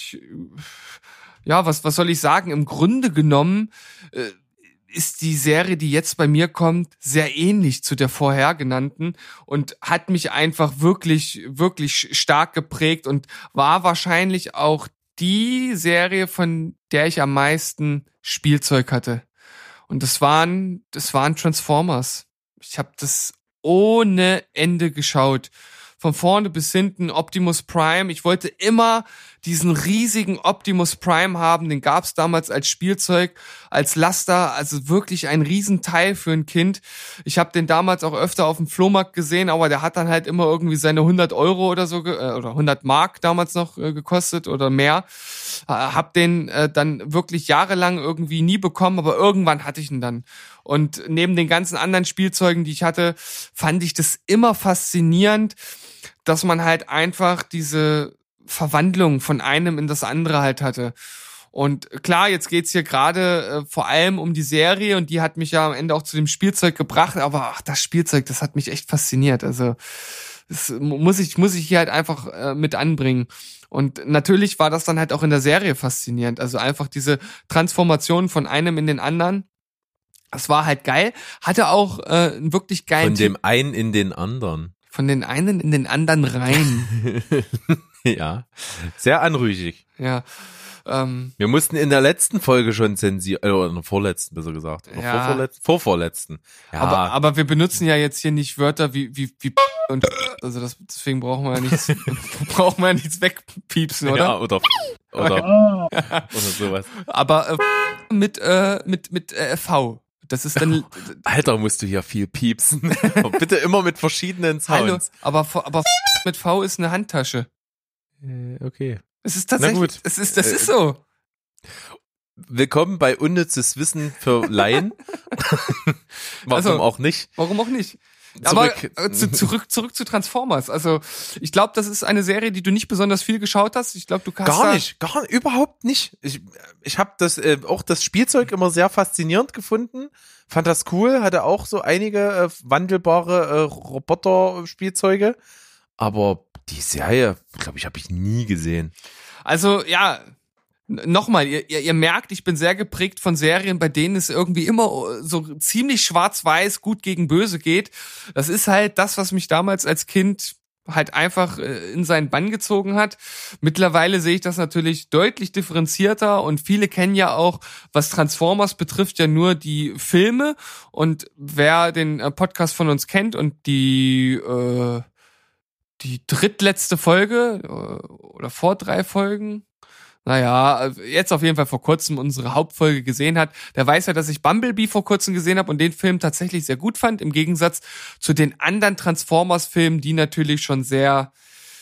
was soll ich sagen? Im Grunde genommen ist die Serie, die jetzt bei mir kommt, sehr ähnlich zu der vorher genannten und hat mich einfach wirklich, wirklich stark geprägt und war wahrscheinlich auch die Serie, von der ich am meisten Spielzeug hatte. Und das waren Transformers. Ich habe das ohne Ende geschaut. Von vorne bis hinten Optimus Prime. Ich wollte immer diesen riesigen Optimus Prime haben. Den gab's damals als Spielzeug, als Laster. Also wirklich ein Riesenteil für ein Kind. Ich habe den damals auch öfter auf dem Flohmarkt gesehen, aber der hat dann halt immer irgendwie seine 100 Euro oder so, oder 100 Mark damals noch gekostet oder mehr. Hab den dann wirklich jahrelang irgendwie nie bekommen, aber irgendwann hatte ich ihn dann. Und neben den ganzen anderen Spielzeugen, die ich hatte, fand ich das immer faszinierend, dass man halt einfach diese Verwandlung von einem in das andere halt hatte. Und klar, jetzt geht's hier gerade vor allem um die Serie und die hat mich ja am Ende auch zu dem Spielzeug gebracht, aber das Spielzeug, das hat mich echt fasziniert. Also das muss ich hier halt einfach mit anbringen. Und natürlich war das dann halt auch in der Serie faszinierend. Also einfach diese Transformation von einem in den anderen. Das war halt geil. Hatte auch einen wirklich geilen Von dem einen in den anderen. Von den einen in den anderen rein. Ja, sehr anrüchig. Ja. Wir mussten in der letzten Folge schon zensieren, oder in der vorletzten besser gesagt. Oder vorvorletzten. Ja. Aber wir benutzen ja jetzt hier nicht Wörter wie und also deswegen brauchen wir ja nichts wegpiepsen, oder? Ja, oder sowas. Aber mit V. Das ist dann. Alter, musst du hier viel piepsen. Bitte immer mit verschiedenen Sounds. Hallo, aber mit V ist eine Handtasche. Okay. Es ist tatsächlich. Das ist so. Willkommen bei Unnützes Wissen für Laien. Warum auch nicht? Warum auch nicht? Aber zurück zu Transformers. Also ich glaube, das ist eine Serie, die du nicht besonders viel geschaut hast. Ich glaube, du kannst überhaupt nicht. Ich habe auch das Spielzeug immer sehr faszinierend gefunden. Fand das cool, hatte auch so einige wandelbare Roboter-Spielzeuge. Aber die Serie, glaube ich, habe ich nie gesehen. Also ja. Nochmal, ihr merkt, ich bin sehr geprägt von Serien, bei denen es irgendwie immer so ziemlich schwarz-weiß, gut gegen böse geht. Das ist halt das, was mich damals als Kind halt einfach in seinen Bann gezogen hat. Mittlerweile sehe ich das natürlich deutlich differenzierter und viele kennen ja auch, was Transformers betrifft, ja nur die Filme. Und wer den Podcast von uns kennt und die drittletzte Folge oder vor 3 Folgen, jetzt auf jeden Fall vor kurzem unsere Hauptfolge gesehen hat, der weiß ja, dass ich Bumblebee vor kurzem gesehen habe und den Film tatsächlich sehr gut fand, im Gegensatz zu den anderen Transformers-Filmen, die natürlich schon sehr,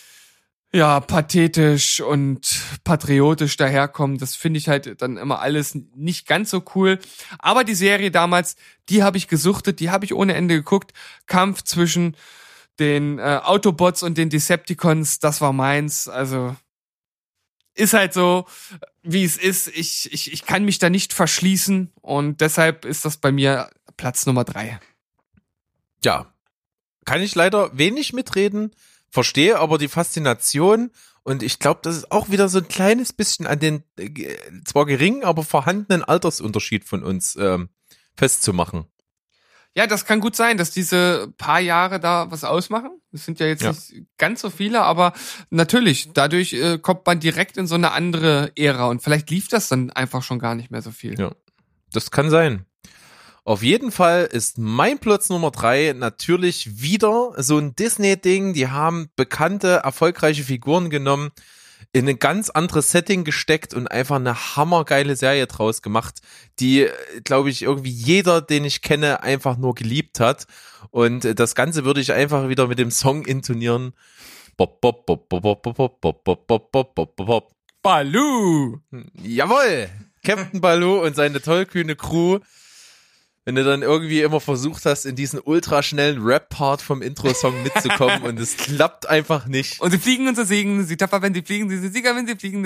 pathetisch und patriotisch daherkommen. Das finde ich halt dann immer alles nicht ganz so cool. Aber die Serie damals, die habe ich gesuchtet, die habe ich ohne Ende geguckt. Kampf zwischen den Autobots und den Decepticons, das war meins, also ist halt so, wie es ist. Ich kann mich da nicht verschließen und deshalb ist das bei mir Platz Nummer 3. Ja, kann ich leider wenig mitreden, verstehe aber die Faszination und ich glaube, das ist auch wieder so ein kleines bisschen an den zwar geringen, aber vorhandenen Altersunterschied von uns festzumachen. Ja, das kann gut sein, dass diese paar Jahre da was ausmachen. Das sind ja jetzt nicht ganz so viele, aber natürlich, dadurch kommt man direkt in so eine andere Ära und vielleicht lief das dann einfach schon gar nicht mehr so viel. Ja, das kann sein. Auf jeden Fall ist mein Platz Nummer 3 natürlich wieder so ein Disney-Ding. Die haben bekannte, erfolgreiche Figuren genommen, in ein ganz anderes Setting gesteckt und einfach eine hammergeile Serie draus gemacht, die, glaube ich, irgendwie jeder, den ich kenne, einfach nur geliebt hat. Und das Ganze würde ich einfach wieder mit dem Song intonieren. Bop, bop, bop, bop, bop, bop, bop, bop, bop, bop, bop, bop. Baloo! Jawohl! Captain Baloo und seine tollkühne Crew. Wenn du dann irgendwie immer versucht hast, in diesen ultraschnellen Rap-Part vom Intro-Song mitzukommen und es klappt einfach nicht. Und sie fliegen und sie siegen, sie tapfer, wenn sie fliegen, sie sind Sieger, wenn sie fliegen.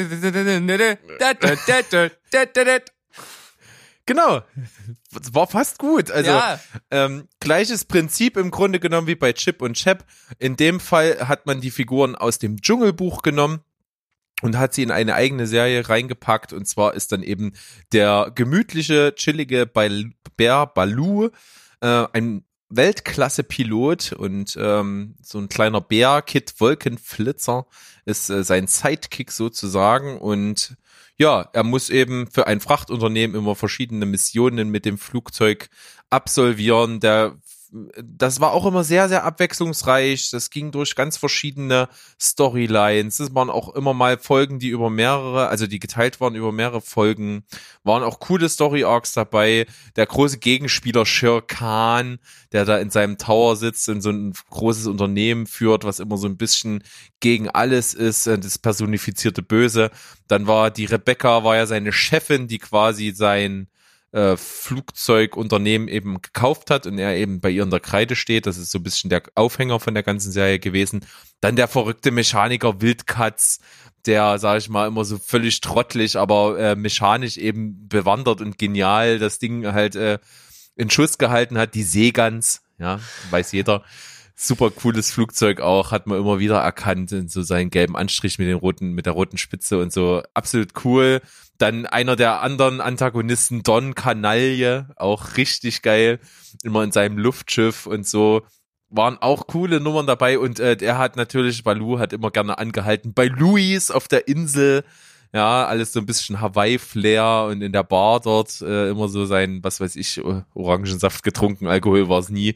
Genau. Das war fast gut. Also Ja. Gleiches Prinzip im Grunde genommen wie bei Chip und Chap. In dem Fall hat man die Figuren aus dem Dschungelbuch genommen und hat sie in eine eigene Serie reingepackt. Und zwar ist dann eben der gemütliche, chillige Bär Baloo ein Weltklasse-Pilot und so ein kleiner Bär, Kid Wolkenflitzer, ist sein Sidekick sozusagen. Und ja, er muss eben für ein Frachtunternehmen immer verschiedene Missionen mit dem Flugzeug absolvieren. Das war auch immer sehr, sehr abwechslungsreich. Das ging durch ganz verschiedene Storylines. Das waren auch immer mal Folgen, die geteilt waren über mehrere Folgen. Waren auch coole Story-Arcs dabei. Der große Gegenspieler Shere Khan, der da in seinem Tower sitzt und so ein großes Unternehmen führt, was immer so ein bisschen gegen alles ist, das personifizierte Böse. Dann war die Rebecca, war ja seine Chefin, die quasi sein Flugzeugunternehmen eben gekauft hat und er eben bei ihr in der Kreide steht. Das ist so ein bisschen der Aufhänger von der ganzen Serie gewesen. Dann der verrückte Mechaniker Wildkatz, der, sag ich mal, immer so völlig trottelig, aber mechanisch eben bewandert und genial das Ding halt in Schuss gehalten hat. Die Seegans, ja, weiß jeder. Super cooles Flugzeug auch, hat man immer wieder erkannt in so seinen gelben Anstrich mit der roten Spitze und so. Absolut cool. Dann einer der anderen Antagonisten, Don Kanaille, auch richtig geil. Immer in seinem Luftschiff und so. Waren auch coole Nummern dabei und Baloo hat immer gerne angehalten bei Louis auf der Insel. Ja, alles so ein bisschen Hawaii-Flair und in der Bar dort immer so sein, was weiß ich, Orangensaft getrunken, Alkohol war es nie.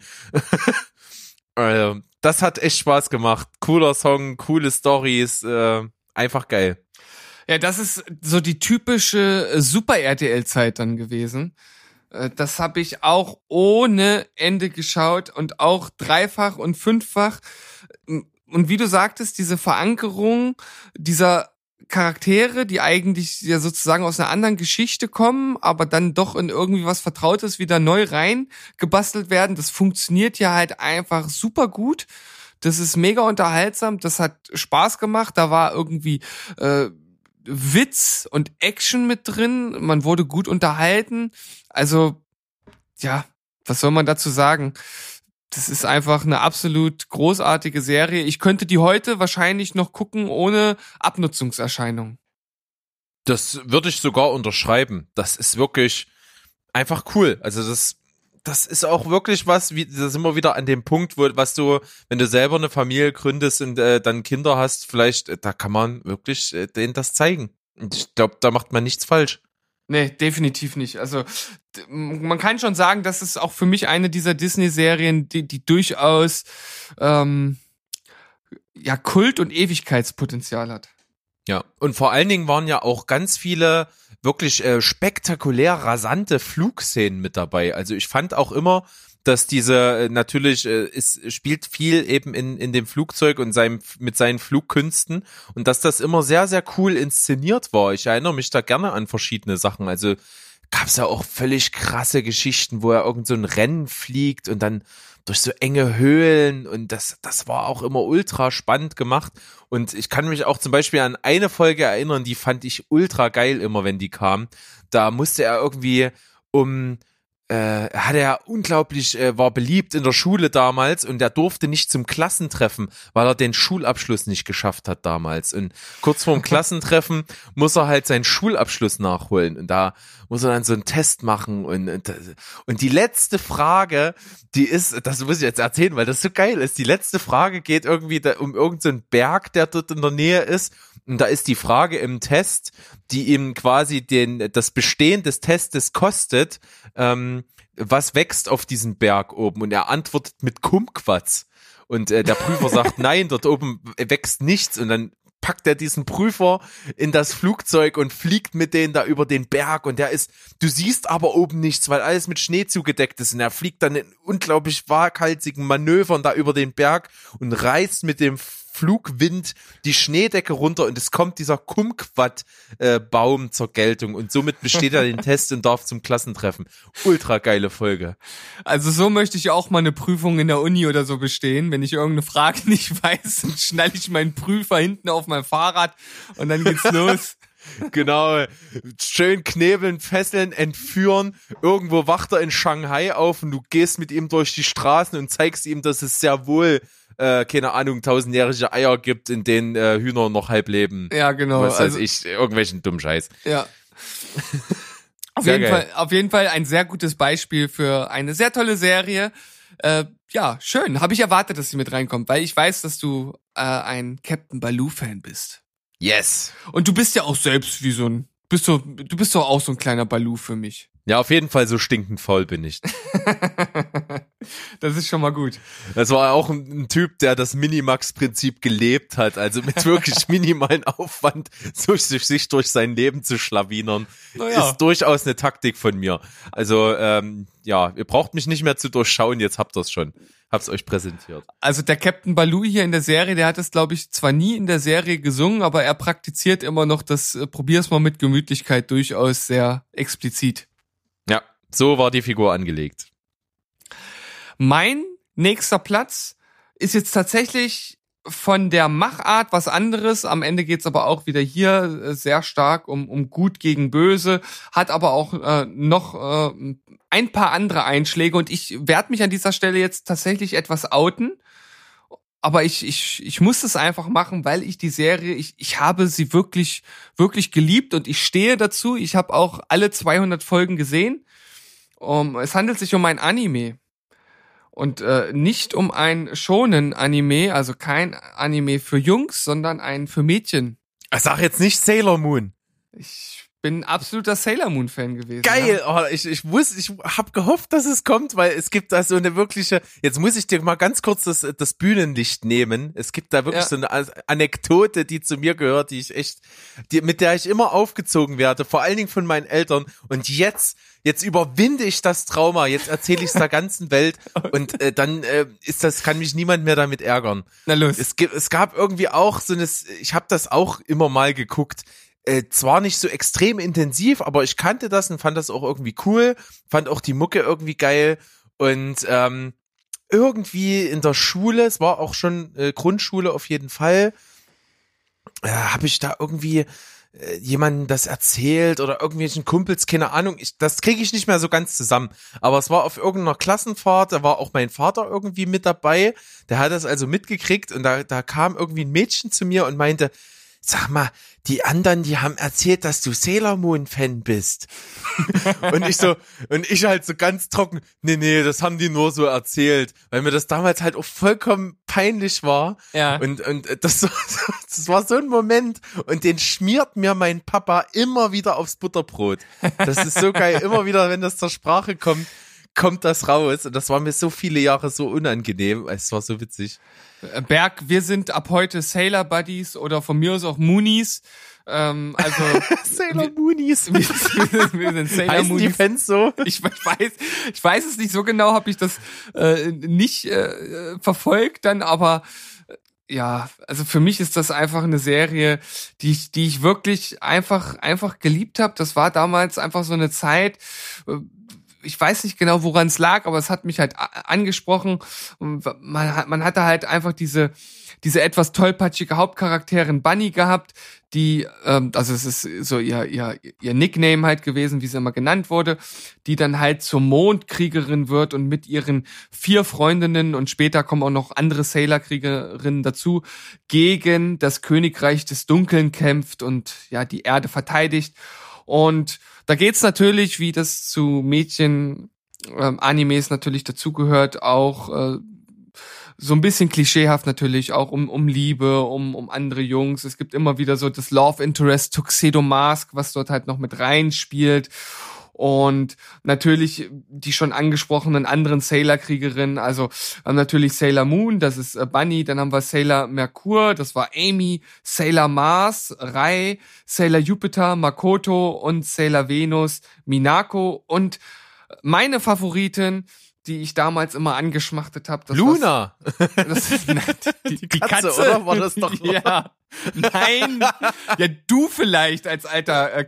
Das hat echt Spaß gemacht. Cooler Song, coole Storys, einfach geil. Ja, das ist so die typische Super-RTL-Zeit dann gewesen. Das habe ich auch ohne Ende geschaut und auch dreifach und fünffach. Und wie du sagtest, diese Verankerung dieser Charaktere, die eigentlich ja sozusagen aus einer anderen Geschichte kommen, aber dann doch in irgendwie was Vertrautes wieder neu rein gebastelt werden, das funktioniert ja halt einfach super gut. Das ist mega unterhaltsam, das hat Spaß gemacht, da war irgendwie Witz und Action mit drin, man wurde gut unterhalten. Also, ja, was soll man dazu sagen? Das ist einfach eine absolut großartige Serie. Ich könnte die heute wahrscheinlich noch gucken ohne Abnutzungserscheinung. Das würde ich sogar unterschreiben. Das ist wirklich einfach cool. Also das ist auch wirklich was, da sind wir wieder an dem Punkt, was du, wenn du selber eine Familie gründest und dann Kinder hast, vielleicht, da kann man wirklich denen das zeigen. Und ich glaube, da macht man nichts falsch. Nee, definitiv nicht. Also man kann schon sagen, das ist auch für mich eine dieser Disney-Serien, die durchaus Kult- und Ewigkeitspotenzial hat. Ja, und vor allen Dingen waren ja auch ganz viele wirklich spektakulär rasante Flugszenen mit dabei. Also ich fand auch immer, dass diese es spielt viel eben in dem Flugzeug und mit seinen Flugkünsten und dass das immer sehr, sehr cool inszeniert war. Ich erinnere mich da gerne an verschiedene Sachen. Also gab's ja auch völlig krasse Geschichten, wo er irgend so ein Rennen fliegt und dann durch so enge Höhlen und das war auch immer ultra spannend gemacht und ich kann mich auch zum Beispiel an eine Folge erinnern, die fand ich ultra geil immer, wenn die kam. Da musste er irgendwie war beliebt in der Schule damals und er durfte nicht zum Klassentreffen, weil er den Schulabschluss nicht geschafft hat damals. Und kurz vorm Klassentreffen muss er halt seinen Schulabschluss nachholen und da muss er dann so einen Test machen und die letzte Frage, das muss ich jetzt erzählen, weil das so geil ist, die letzte Frage geht irgendwie um irgendeinen so einen Berg, der dort in der Nähe ist und da ist die Frage im Test, die ihm quasi das Bestehen des Testes kostet, was wächst auf diesem Berg oben? Und er antwortet mit Kumquats. Und der Prüfer sagt, nein, dort oben wächst nichts. Und dann packt er diesen Prüfer in das Flugzeug und fliegt mit denen da über den Berg. Und du siehst aber oben nichts, weil alles mit Schnee zugedeckt ist. Und er fliegt dann in unglaublich waghalsigen Manövern da über den Berg und reißt mit dem Flugwind die Schneedecke runter und es kommt dieser Kumquat-Baum zur Geltung und somit besteht er den Test und darf zum Klassentreffen. Ultra geile Folge. Also so möchte ich auch mal eine Prüfung in der Uni oder so bestehen. Wenn ich irgendeine Frage nicht weiß, dann schnalle ich meinen Prüfer hinten auf mein Fahrrad und dann geht's los. Genau, schön knebeln, fesseln, entführen. Irgendwo wacht er in Shanghai auf und du gehst mit ihm durch die Straßen und zeigst ihm, dass es sehr wohl keine Ahnung, 1000-jährige Eier gibt, in denen Hühner noch halb leben. Ja, genau. Was weiß ich, irgendwelchen dummen Scheiß. Ja. Auf jeden Fall ein sehr gutes Beispiel für eine sehr tolle Serie. Ja, schön. Habe ich erwartet, dass sie mit reinkommt, weil ich weiß, dass du ein Captain Baloo-Fan bist. Yes. Und du bist ja auch selbst wie du bist doch auch so ein kleiner Baloo für mich. Ja, auf jeden Fall so stinkend faul bin ich. Das ist schon mal gut. Das war auch ein Typ, der das Minimax-Prinzip gelebt hat, also mit wirklich minimalen Aufwand sich durch sein Leben zu schlawinern, ist durchaus eine Taktik von mir. Also ja, ihr braucht mich nicht mehr zu durchschauen, jetzt habt ihr es schon. Hab's euch präsentiert. Also der Captain Baloo hier in der Serie, der hat es, glaube ich, zwar nie in der Serie gesungen, aber er praktiziert immer noch das Probier's mal mit Gemütlichkeit durchaus sehr explizit. Ja, so war die Figur angelegt. Mein nächster Platz ist jetzt tatsächlich von der Machart was anderes. Am Ende geht's aber auch wieder hier sehr stark um Gut gegen Böse, hat aber auch noch ein paar andere Einschläge und ich werde mich an dieser Stelle jetzt tatsächlich etwas outen. Aber ich muss es einfach machen, weil ich die Serie, ich habe sie wirklich, wirklich geliebt und ich stehe dazu. Ich habe auch alle 200 Folgen gesehen. Es handelt sich um ein Anime. Und nicht um ein Shonen-Anime, also kein Anime für Jungs, sondern ein für Mädchen. Sag jetzt nicht Sailor Moon. Ich bin ein absoluter Sailor Moon Fan gewesen. Geil, ja. Oh, ich hab gehofft, dass es kommt, weil es gibt da so eine wirkliche, jetzt muss ich dir mal ganz kurz das Bühnenlicht nehmen. Es gibt da wirklich so eine Anekdote, die zu mir gehört, mit der ich immer aufgezogen werde, vor allen Dingen von meinen Eltern. Und jetzt überwinde ich das Trauma, jetzt erzähle ich es der ganzen Welt und dann kann mich niemand mehr damit ärgern. Na los. Es gab irgendwie auch ich habe das auch immer mal geguckt, zwar nicht so extrem intensiv, aber ich kannte das und fand das auch irgendwie cool, fand auch die Mucke irgendwie geil und irgendwie in der Schule, es war auch schon Grundschule auf jeden Fall, habe ich da irgendwie jemandem das erzählt oder irgendwelchen Kumpels, keine Ahnung, das kriege ich nicht mehr so ganz zusammen, aber es war auf irgendeiner Klassenfahrt, da war auch mein Vater irgendwie mit dabei, der hat das also mitgekriegt und da kam irgendwie ein Mädchen zu mir und meinte, sag mal, die anderen, die haben erzählt, dass du Sailor Moon Fan bist. und ich halt so ganz trocken, nee, das haben die nur so erzählt, weil mir das damals halt auch vollkommen peinlich war. Ja. Und das war so ein Moment und den schmiert mir mein Papa immer wieder aufs Butterbrot. Das ist so geil, immer wieder, wenn das zur Sprache kommt das raus und das war mir so viele Jahre so unangenehm, es war so witzig. Berg, wir sind ab heute Sailor Buddies oder von mir aus auch Moonies. Also Sailor Moonies. Wir sind Sailor heißen Moonies. Die Fans so? Ich weiß es nicht so genau, habe ich das nicht verfolgt dann, aber ja, also für mich ist das einfach eine Serie, die ich wirklich einfach geliebt habe. Das war damals einfach so eine Zeit, ich weiß nicht genau, woran es lag, aber es hat mich halt angesprochen. Und man hatte halt einfach diese etwas tollpatschige Hauptcharakterin Bunny gehabt, die, also es ist so ihr Nickname halt gewesen, wie sie immer genannt wurde, die dann halt zur Mondkriegerin wird und mit ihren 4 Freundinnen und später kommen auch noch andere Sailor-Kriegerinnen dazu, gegen das Königreich des Dunkeln kämpft und ja, die Erde verteidigt. Und da geht's natürlich, wie das zu Mädchen-Animes natürlich dazugehört, auch so ein bisschen klischeehaft natürlich, auch um Liebe, um andere Jungs. Es gibt immer wieder so das Love Interest Tuxedo Mask, was dort halt noch mit reinspielt. Und natürlich die schon angesprochenen anderen Sailor-Kriegerinnen, also natürlich Sailor Moon, das ist Bunny, dann haben wir Sailor Merkur, das war Amy, Sailor Mars, Rai, Sailor Jupiter, Makoto und Sailor Venus, Minako und meine Favoritin, die ich damals immer angeschmachtet habe. Luna! Die Katze, oder? War das doch? Ja. Nein. Ja, du vielleicht als alter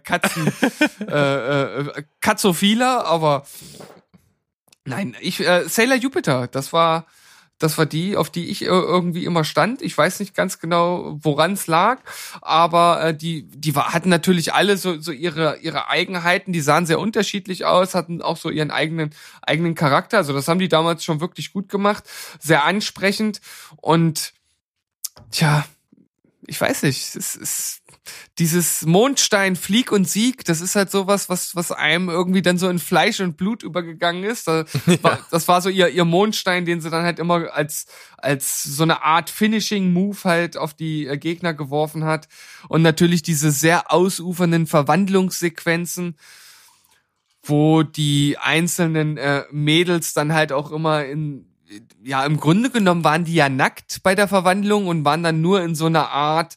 Katzophiler, aber nein, Sailor Jupiter, das war die, auf die ich irgendwie immer stand. Ich weiß nicht ganz genau, woran es lag, aber die hatten natürlich alle so ihre Eigenheiten, die sahen sehr unterschiedlich aus, hatten auch so ihren eigenen Charakter. Also das haben die damals schon wirklich gut gemacht, sehr ansprechend und tja, ich weiß nicht, es ist dieses Mondstein, Flieg und Sieg, das ist halt sowas, was einem irgendwie dann so in Fleisch und Blut übergegangen ist. Das war so ihr Mondstein, den sie dann halt immer als so eine Art Finishing-Move halt auf die Gegner geworfen hat. Und natürlich diese sehr ausufernden Verwandlungssequenzen, wo die einzelnen Mädels dann halt auch immer im Grunde genommen waren die ja nackt bei der Verwandlung und waren dann nur in so einer Art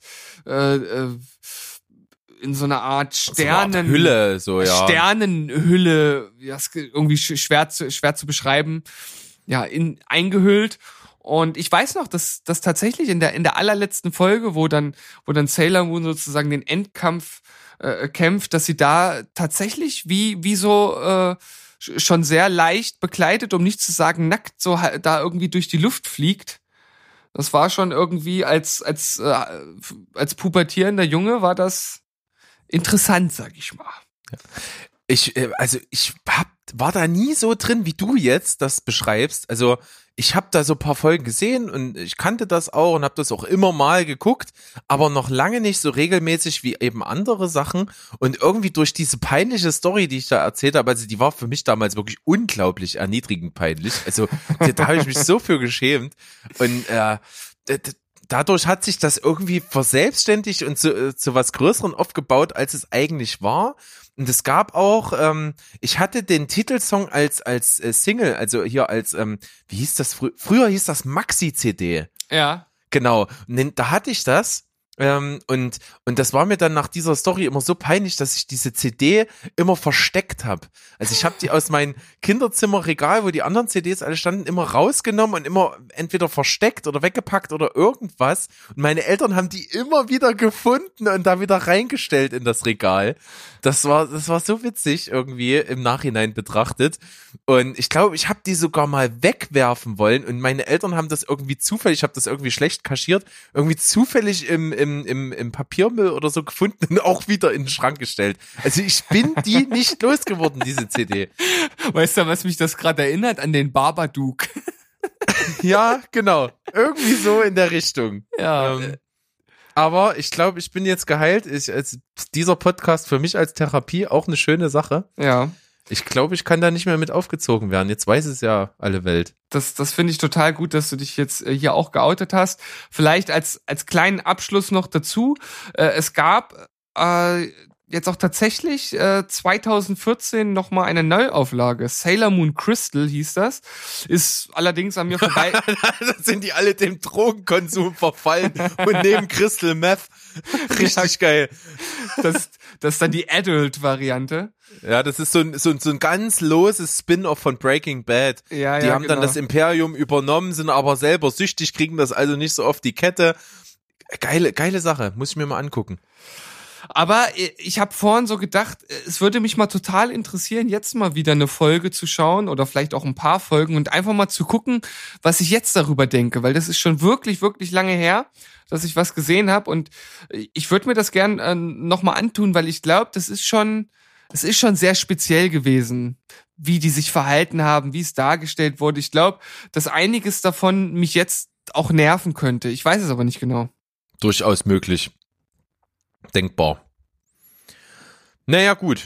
Sternenhülle, Sternenhülle, ja, ist irgendwie schwer zu beschreiben, ja, eingehüllt. Und ich weiß noch, dass tatsächlich in der allerletzten Folge, wo dann Sailor Moon sozusagen den Endkampf kämpft, dass sie da tatsächlich wie so schon sehr leicht bekleidet, um nicht zu sagen nackt, so da irgendwie durch die Luft fliegt. Das war schon irgendwie als pubertierender Junge war das interessant, sag ich mal. Ich war da nie so drin, wie du jetzt das beschreibst. Also ich habe da so ein paar Folgen gesehen und ich kannte das auch und habe das auch immer mal geguckt, aber noch lange nicht so regelmäßig wie eben andere Sachen. Und irgendwie durch diese peinliche Story, die ich da erzählt habe, also die war für mich damals wirklich unglaublich erniedrigend peinlich. Also da habe ich mich so für geschämt. Und dadurch hat sich das irgendwie verselbstständigt und zu was Größeren aufgebaut, als es eigentlich war. Und es gab auch, ich hatte den Titelsong als Single, also hier als, wie hieß das früher hieß das Maxi-CD. Ja. Genau. Und da hatte ich das. Und das war mir dann nach dieser Story immer so peinlich, dass ich diese CD immer versteckt habe. Also ich habe die aus meinem Kinderzimmerregal, wo die anderen CDs alle standen, immer rausgenommen und immer entweder versteckt oder weggepackt oder irgendwas. Und meine Eltern haben die immer wieder gefunden und da wieder reingestellt in das Regal. Das war so witzig irgendwie im Nachhinein betrachtet. Und ich glaube, ich habe die sogar mal wegwerfen wollen und meine Eltern haben das irgendwie zufällig, ich habe das irgendwie schlecht kaschiert, irgendwie zufällig im Papiermüll oder so gefunden und auch wieder in den Schrank gestellt. Also ich bin die nicht losgeworden, diese CD. Weißt du, was mich das gerade erinnert? An den Babadook. Ja, genau. Irgendwie so in der Richtung. Ja. Aber ich glaube, ich bin jetzt geheilt. Dieser Podcast für mich als Therapie auch eine schöne Sache. Ja. Ich glaube, ich kann da nicht mehr mit aufgezogen werden. Jetzt weiß es ja alle Welt. Das finde ich total gut, dass du dich jetzt hier auch geoutet hast. Vielleicht als kleinen Abschluss noch dazu. Es gab jetzt auch tatsächlich 2014 nochmal eine Neuauflage. Sailor Moon Crystal hieß das. Ist allerdings an mir vorbei. Da sind die alle dem Drogenkonsum verfallen und nehmen Crystal Meth. Richtig geil. Das ist dann die Adult-Variante. Ja, das ist so ein ganz loses Spin-off von Breaking Bad. Ja, die haben dann das Imperium übernommen, sind aber selber süchtig, kriegen das also nicht so auf die Kette. Geile Sache, muss ich mir mal angucken. Aber ich habe vorhin so gedacht, es würde mich mal total interessieren, jetzt mal wieder eine Folge zu schauen oder vielleicht auch ein paar Folgen und einfach mal zu gucken, was ich jetzt darüber denke, weil das ist schon wirklich, wirklich lange her, dass ich was gesehen habe und ich würde mir das gern nochmal antun, weil ich glaube, es ist schon sehr speziell gewesen, wie die sich verhalten haben, wie es dargestellt wurde. Ich glaube, dass einiges davon mich jetzt auch nerven könnte. Ich weiß es aber nicht genau. Durchaus möglich. Denkbar. Naja, gut.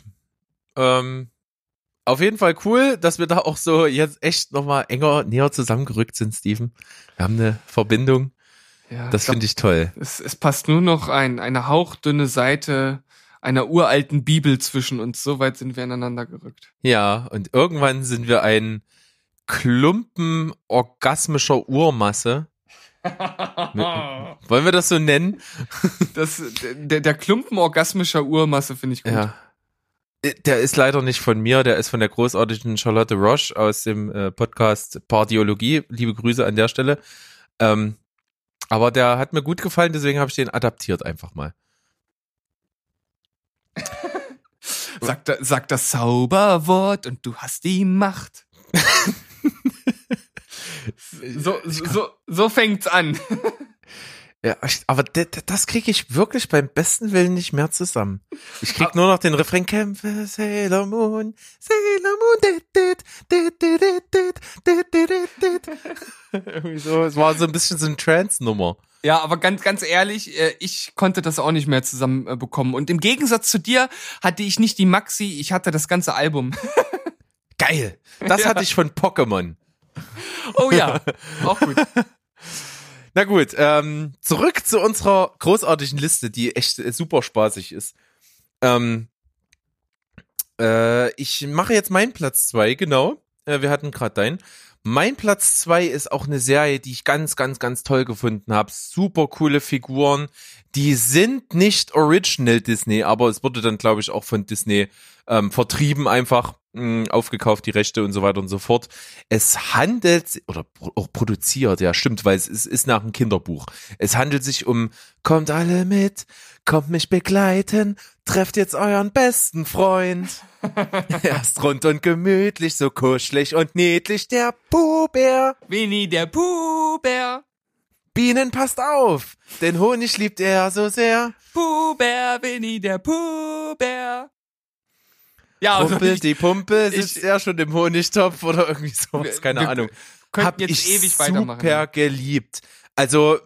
Auf jeden Fall cool, dass wir da auch so jetzt echt nochmal näher zusammengerückt sind, Steven. Wir haben eine Verbindung. Ja, das finde ich toll. Es passt nur noch eine hauchdünne Seite einer uralten Bibel zwischen uns. So weit sind wir aneinander gerückt. Ja, und irgendwann sind wir ein Klumpen orgasmischer Urmasse. Wollen wir das so nennen? Der Klumpen orgasmischer Urmasse finde ich gut. Ja. Der ist leider nicht von mir, der ist von der großartigen Charlotte Roche aus dem Podcast Pardiologie. Liebe Grüße an der Stelle. Aber der hat mir gut gefallen, deswegen habe ich den adaptiert einfach mal. Sag das Zauberwort und du hast die Macht. So fängt's an. Ja, aber das kriege ich wirklich beim besten Willen nicht mehr zusammen. Ich krieg nur noch den Refrain, Kämpfe, Sailor Moon, irgendwie so, es war so ein bisschen so eine Trance-Nummer. Ja, aber ganz ehrlich, ich konnte das auch nicht mehr zusammenbekommen. Und im Gegensatz zu dir hatte ich nicht die Maxi, ich hatte das ganze Album. Geil. Das hatte ich von Pokémon. Oh ja, auch gut. Na gut, zurück zu unserer großartigen Liste, die echt super spaßig ist. Ich mache jetzt meinen Platz 2, genau. Wir hatten gerade deinen. Mein Platz 2 ist auch eine Serie, die ich ganz, ganz, ganz toll gefunden habe. Super coole Figuren. Die sind nicht Original Disney, aber es wurde dann, glaube ich, auch von Disney vertrieben einfach. Aufgekauft, die Rechte und so weiter und so fort. Es handelt, oder auch produziert, ja stimmt, weil es ist nach einem Kinderbuch. Es handelt sich um, kommt alle mit, kommt mich begleiten, trefft jetzt euren besten Freund. Er ist rund und gemütlich, so kuschelig und niedlich, der Pooh-Bär. Winnie der Pooh-Bär. Bienen, passt auf, den Honig liebt er so sehr. Pooh-Bär, Winnie der Pooh-Bär. Ja, Pumpe, die Pumpe sitzt ja schon im Honigtopf oder irgendwie sowas, keine Ahnung. Hab jetzt ich ewig weitermachen. Super geliebt. Also,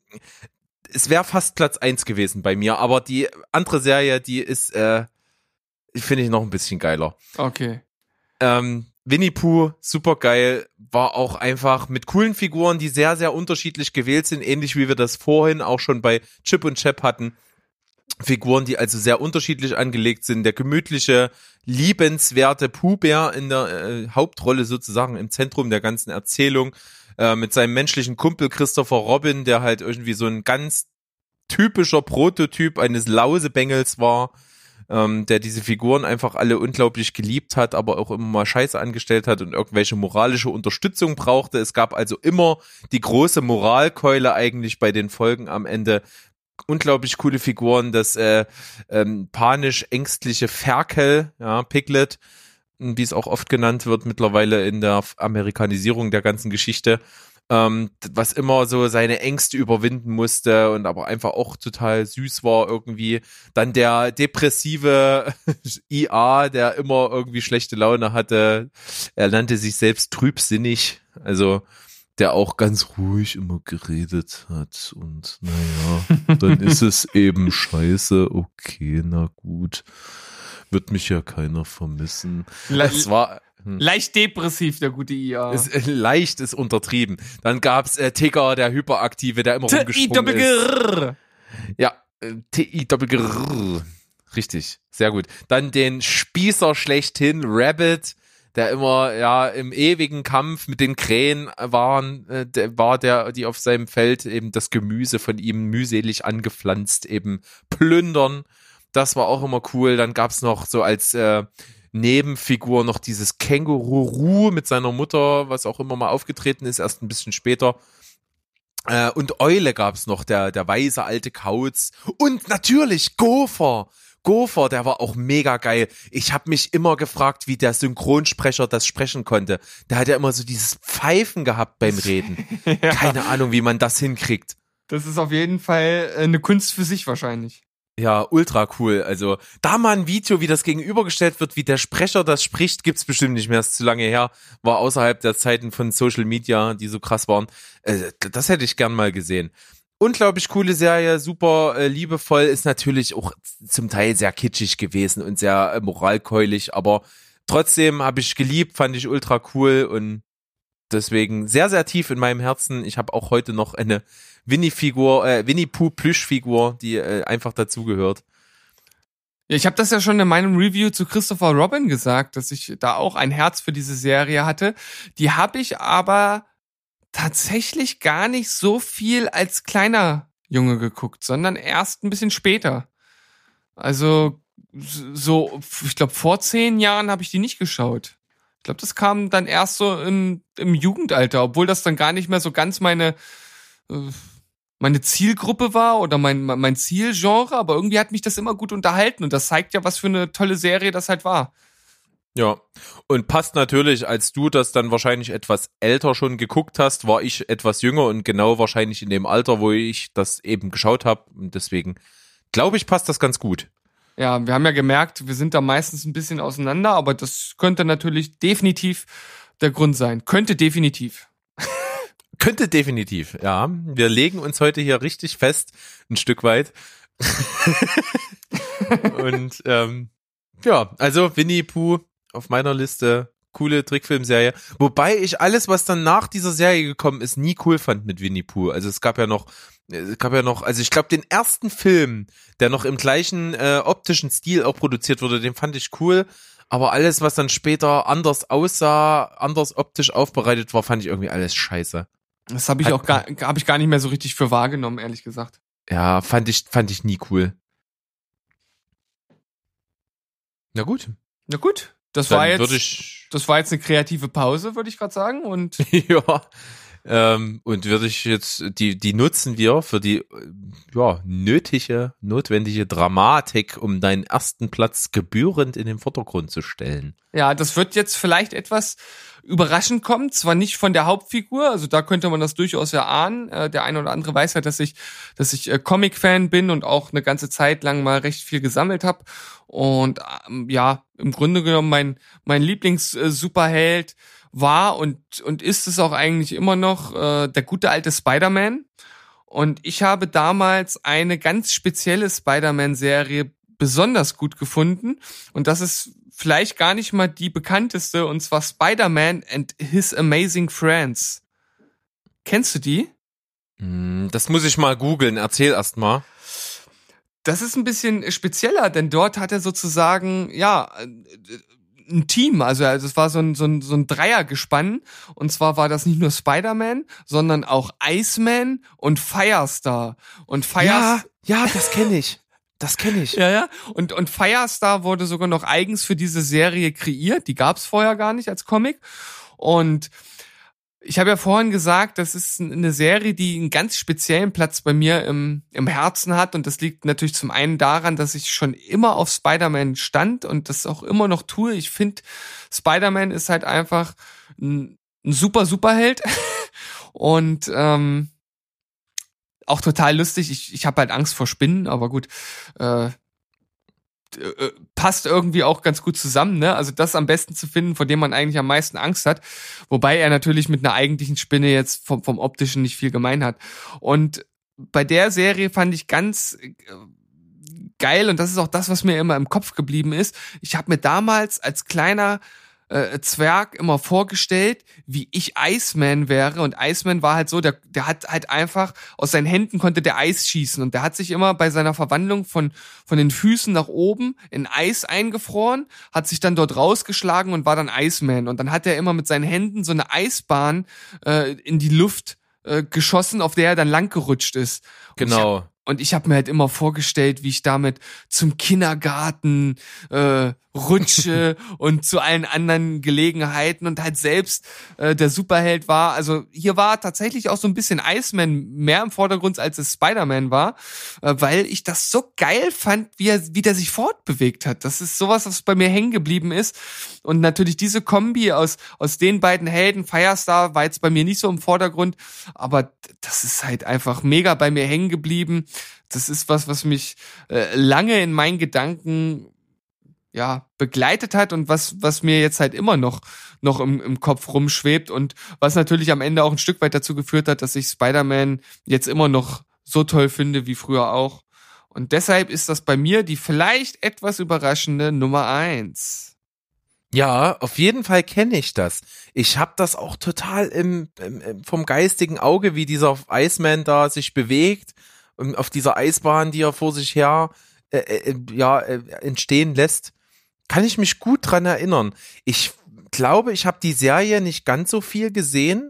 es wäre fast Platz 1 gewesen bei mir, aber die andere Serie, die ist, finde ich noch ein bisschen geiler. Okay. Winnie Pooh, super geil, war auch einfach mit coolen Figuren, die sehr, sehr unterschiedlich gewählt sind, ähnlich wie wir das vorhin auch schon bei Chip und Chap hatten. Figuren, die also sehr unterschiedlich angelegt sind. Der gemütliche, liebenswerte Pooh-Bär in der Hauptrolle sozusagen im Zentrum der ganzen Erzählung, mit seinem menschlichen Kumpel Christopher Robin, der halt irgendwie so ein ganz typischer Prototyp eines Lausebengels war, der diese Figuren einfach alle unglaublich geliebt hat, aber auch immer mal Scheiße angestellt hat und irgendwelche moralische Unterstützung brauchte. Es gab also immer die große Moralkeule eigentlich bei den Folgen am Ende. Unglaublich coole Figuren, das panisch-ängstliche Ferkel, ja, Piglet, wie es auch oft genannt wird mittlerweile in der Amerikanisierung der ganzen Geschichte, was immer so seine Ängste überwinden musste und aber einfach auch total süß war irgendwie. Dann der depressive IA, der immer irgendwie schlechte Laune hatte, er nannte sich selbst trübsinnig, also der auch ganz ruhig immer geredet hat und naja, dann ist es eben scheiße, okay, na gut, wird mich ja keiner vermissen. Es war leicht depressiv, der gute IA. Leicht ist untertrieben. Dann gab's Tigger, der Hyperaktive, der immer rumgesprungen ist. Ja, TI-Doppelgr. Richtig, sehr gut. Dann den Spießer schlechthin, Rabbit, der immer ja im ewigen Kampf mit den Krähen die auf seinem Feld eben das Gemüse von ihm mühselig angepflanzt eben plündern. Das war auch immer cool. Dann gab's noch so als Nebenfigur noch dieses Känguru mit seiner Mutter, was auch immer mal aufgetreten ist, erst ein bisschen später. Und Eule gab's noch, der weise alte Kauz. Und natürlich Gopher. Gopher, der war auch mega geil. Ich habe mich immer gefragt, wie der Synchronsprecher das sprechen konnte. Der hat ja immer so dieses Pfeifen gehabt beim Reden. Ja. Keine Ahnung, wie man das hinkriegt. Das ist auf jeden Fall eine Kunst für sich wahrscheinlich. Ja, ultra cool. Also da mal ein Video, wie das gegenübergestellt wird, wie der Sprecher das spricht, gibt's bestimmt nicht mehr. Ist zu lange her. War außerhalb der Zeiten von Social Media, die so krass waren. Das hätte ich gern mal gesehen. Unglaublich coole Serie, super liebevoll, ist natürlich auch zum Teil sehr kitschig gewesen und sehr moralkeulig, aber trotzdem habe ich geliebt, fand ich ultra cool und deswegen sehr, sehr tief in meinem Herzen. Ich habe auch heute noch eine Winnie Pooh Plüschfigur, die einfach dazugehört. Ja, ich habe das ja schon in meinem Review zu Christopher Robin gesagt, dass ich da auch ein Herz für diese Serie hatte. Die habe ich aber tatsächlich gar nicht so viel als kleiner Junge geguckt, sondern erst ein bisschen später. Also so, ich glaube, vor 10 Jahren habe ich die nicht geschaut. Ich glaube, das kam dann erst so im Jugendalter, obwohl das dann gar nicht mehr so ganz meine Zielgruppe war oder mein Zielgenre, aber irgendwie hat mich das immer gut unterhalten und das zeigt ja, was für eine tolle Serie das halt war. Ja, und passt natürlich, als du das dann wahrscheinlich etwas älter schon geguckt hast, war ich etwas jünger und genau wahrscheinlich in dem Alter, wo ich das eben geschaut habe. Und deswegen glaube ich, passt das ganz gut. Ja, wir haben ja gemerkt, wir sind da meistens ein bisschen auseinander, aber das könnte natürlich definitiv der Grund sein. Könnte definitiv, ja. Wir legen uns heute hier richtig fest, ein Stück weit. Und ja, also Winnie Pooh auf meiner Liste, coole Trickfilmserie. Wobei ich alles, was dann nach dieser Serie gekommen ist, nie cool fand mit Winnie Pooh. Also es gab ja noch, also ich glaube, den ersten Film, der noch im gleichen optischen Stil auch produziert wurde, den fand ich cool. Aber alles, was dann später anders aussah, anders optisch aufbereitet war, fand ich irgendwie alles scheiße. Das habe ich habe ich gar nicht mehr so richtig für wahrgenommen, ehrlich gesagt. Ja, fand ich nie cool. Na gut. Das war jetzt eine kreative Pause, würde ich gerade sagen. Und ja. Und würde ich jetzt, die nutzen wir für die notwendige Dramatik, um deinen ersten Platz gebührend in den Vordergrund zu stellen. Ja, das wird jetzt vielleicht etwas überraschend kommen, zwar nicht von der Hauptfigur, also da könnte man das durchaus erahnen. Der eine oder andere weiß ja, dass ich Comic-Fan bin und auch eine ganze Zeit lang mal recht viel gesammelt habe. Und ja, im Grunde genommen mein Lieblings-Superheld war und ist es auch eigentlich immer noch der gute alte Spider-Man. Und ich habe damals eine ganz spezielle Spider-Man-Serie besonders gut gefunden. Und das ist vielleicht gar nicht mal die bekannteste, und zwar Spider-Man and His Amazing Friends. Kennst du die? Das muss ich mal googeln. Erzähl erst mal. Das ist ein bisschen spezieller, denn dort hat er sozusagen, ja, ein Team, also es war so ein Dreiergespann, und zwar war das nicht nur Spider-Man, sondern auch Iceman und Firestar. Und ja, das kenne ich. Ja. Und Firestar wurde sogar noch eigens für diese Serie kreiert. Die gab's vorher gar nicht als Comic. Und ich habe ja vorhin gesagt, das ist eine Serie, die einen ganz speziellen Platz bei mir im Herzen hat. Und das liegt natürlich zum einen daran, dass ich schon immer auf Spider-Man stand und das auch immer noch tue. Ich finde, Spider-Man ist halt einfach ein super Superheld. Und auch total lustig. Ich habe halt Angst vor Spinnen, aber gut, passt irgendwie auch ganz gut zusammen, ne? Also das am besten zu finden, vor dem man eigentlich am meisten Angst hat. Wobei er natürlich mit einer eigentlichen Spinne jetzt vom Optischen nicht viel gemein hat. Und bei der Serie fand ich ganz geil, und das ist auch das, was mir immer im Kopf geblieben ist. Ich habe mir damals als kleiner Zwerg immer vorgestellt, wie ich Iceman wäre. Und Iceman war halt so, der hat halt einfach, aus seinen Händen konnte der Eis schießen. Und der hat sich immer bei seiner Verwandlung von den Füßen nach oben in Eis eingefroren, hat sich dann dort rausgeschlagen und war dann Iceman. Und dann hat er immer mit seinen Händen so eine Eisbahn in die Luft geschossen, auf der er dann lang gerutscht ist. Genau. Und ich habe mir halt immer vorgestellt, wie ich damit zum Kindergarten rutsche und zu allen anderen Gelegenheiten und halt selbst der Superheld war. Also hier war tatsächlich auch so ein bisschen Iceman mehr im Vordergrund, als es Spider-Man war, weil ich das so geil fand, wie der sich fortbewegt hat. Das ist sowas, was bei mir hängen geblieben ist. Und natürlich diese Kombi aus den beiden Helden, Firestar war jetzt bei mir nicht so im Vordergrund, aber das ist halt einfach mega bei mir hängen geblieben. Das ist was mich lange in meinen Gedanken begleitet hat und was mir jetzt halt immer noch im Kopf rumschwebt und was natürlich am Ende auch ein Stück weit dazu geführt hat, dass ich Spider-Man jetzt immer noch so toll finde wie früher auch. Und deshalb ist das bei mir die vielleicht etwas überraschende Nummer 1. Ja, auf jeden Fall kenne ich das. Ich habe das auch total vom geistigen Auge, wie dieser Iceman da sich bewegt und auf dieser Eisbahn, die er vor sich her entstehen lässt. Kann ich mich gut dran erinnern. Ich glaube, ich habe die Serie nicht ganz so viel gesehen,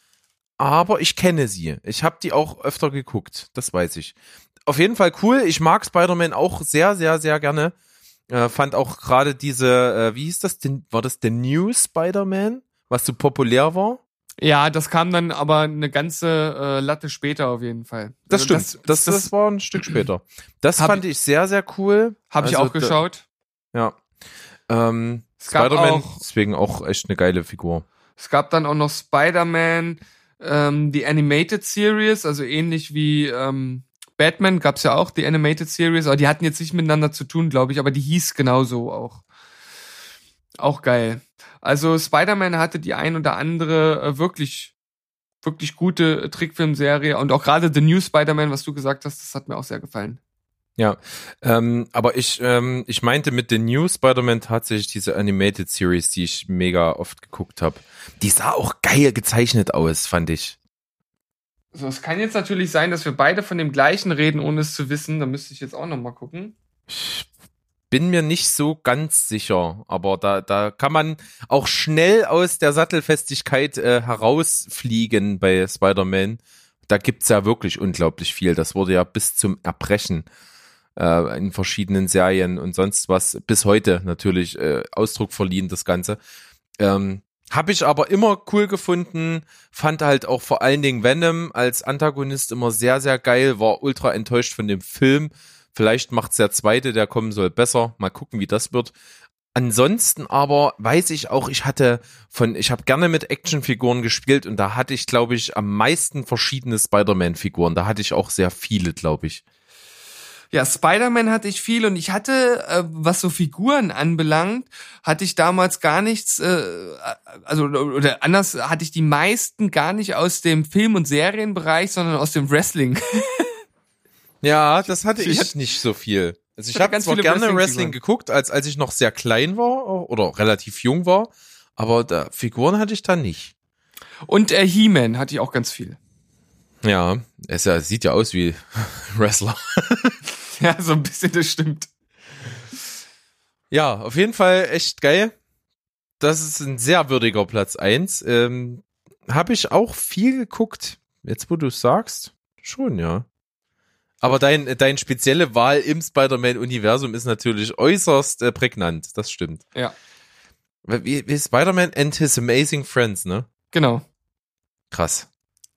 aber ich kenne sie. Ich habe die auch öfter geguckt, das weiß ich. Auf jeden Fall cool. Ich mag Spider-Man auch sehr, sehr, sehr gerne. Fand auch gerade diese, wie hieß das? War das The New Spider-Man, was so populär war? Ja, das kam dann aber eine ganze Latte später auf jeden Fall. Das Also stimmt. Das war ein Stück später. Das fand ich sehr, sehr cool. Habe ich auch geschaut. Ja. Spider-Man deswegen auch echt eine geile Figur. Es gab dann auch noch Spider-Man, die Animated Series, also ähnlich wie Batman gab's ja auch, die Animated Series, aber die hatten jetzt nicht miteinander zu tun, glaube ich, aber die hieß genauso auch. Auch geil. Also Spider-Man hatte die ein oder andere wirklich gute Trickfilmserie und auch gerade The New Spider-Man, was du gesagt hast, das hat mir auch sehr gefallen. Ja, aber ich meinte mit The New Spider-Man tatsächlich diese Animated Series, die ich mega oft geguckt habe. Die sah auch geil gezeichnet aus, fand ich. So, es kann jetzt natürlich sein, dass wir beide von dem gleichen reden, ohne es zu wissen. Da müsste ich jetzt auch nochmal gucken. Ich bin mir nicht so ganz sicher, aber da kann man auch schnell aus der Sattelfestigkeit herausfliegen bei Spider-Man. Da gibt's ja wirklich unglaublich viel. Das wurde ja bis zum Erbrechen in verschiedenen Serien und sonst was bis heute natürlich Ausdruck verliehen, das Ganze. Habe ich aber immer cool gefunden, fand halt auch vor allen Dingen Venom als Antagonist immer sehr, sehr geil, war ultra enttäuscht von dem Film. Vielleicht macht's der zweite, der kommen soll, besser. Mal gucken, wie das wird. Ansonsten aber weiß ich auch, ich habe gerne mit Actionfiguren gespielt und da hatte ich, glaube ich, am meisten verschiedene Spider-Man-Figuren. Da hatte ich auch sehr viele, glaube ich. Ja, Spider-Man hatte ich viel und ich hatte, was so Figuren anbelangt, hatte ich damals gar nichts, oder anders, hatte ich die meisten gar nicht aus dem Film- und Serienbereich, sondern aus dem Wrestling. Ja, das hatte ich nicht so viel. Also ich habe zwar gerne Wrestling geguckt, als ich noch sehr klein war oder relativ jung war, aber Figuren hatte ich da nicht. Und He-Man hatte ich auch ganz viel. Ja, sieht ja aus wie Wrestler. Ja, so ein bisschen, das stimmt. Ja, auf jeden Fall echt geil. Das ist ein sehr würdiger Platz 1. Habe ich auch viel geguckt. Jetzt, wo du es sagst, schon, ja. Aber dein spezielle Wahl im Spider-Man-Universum ist natürlich äußerst prägnant. Das stimmt. Ja. Wie Spider-Man and His Amazing Friends, ne? Genau. Krass.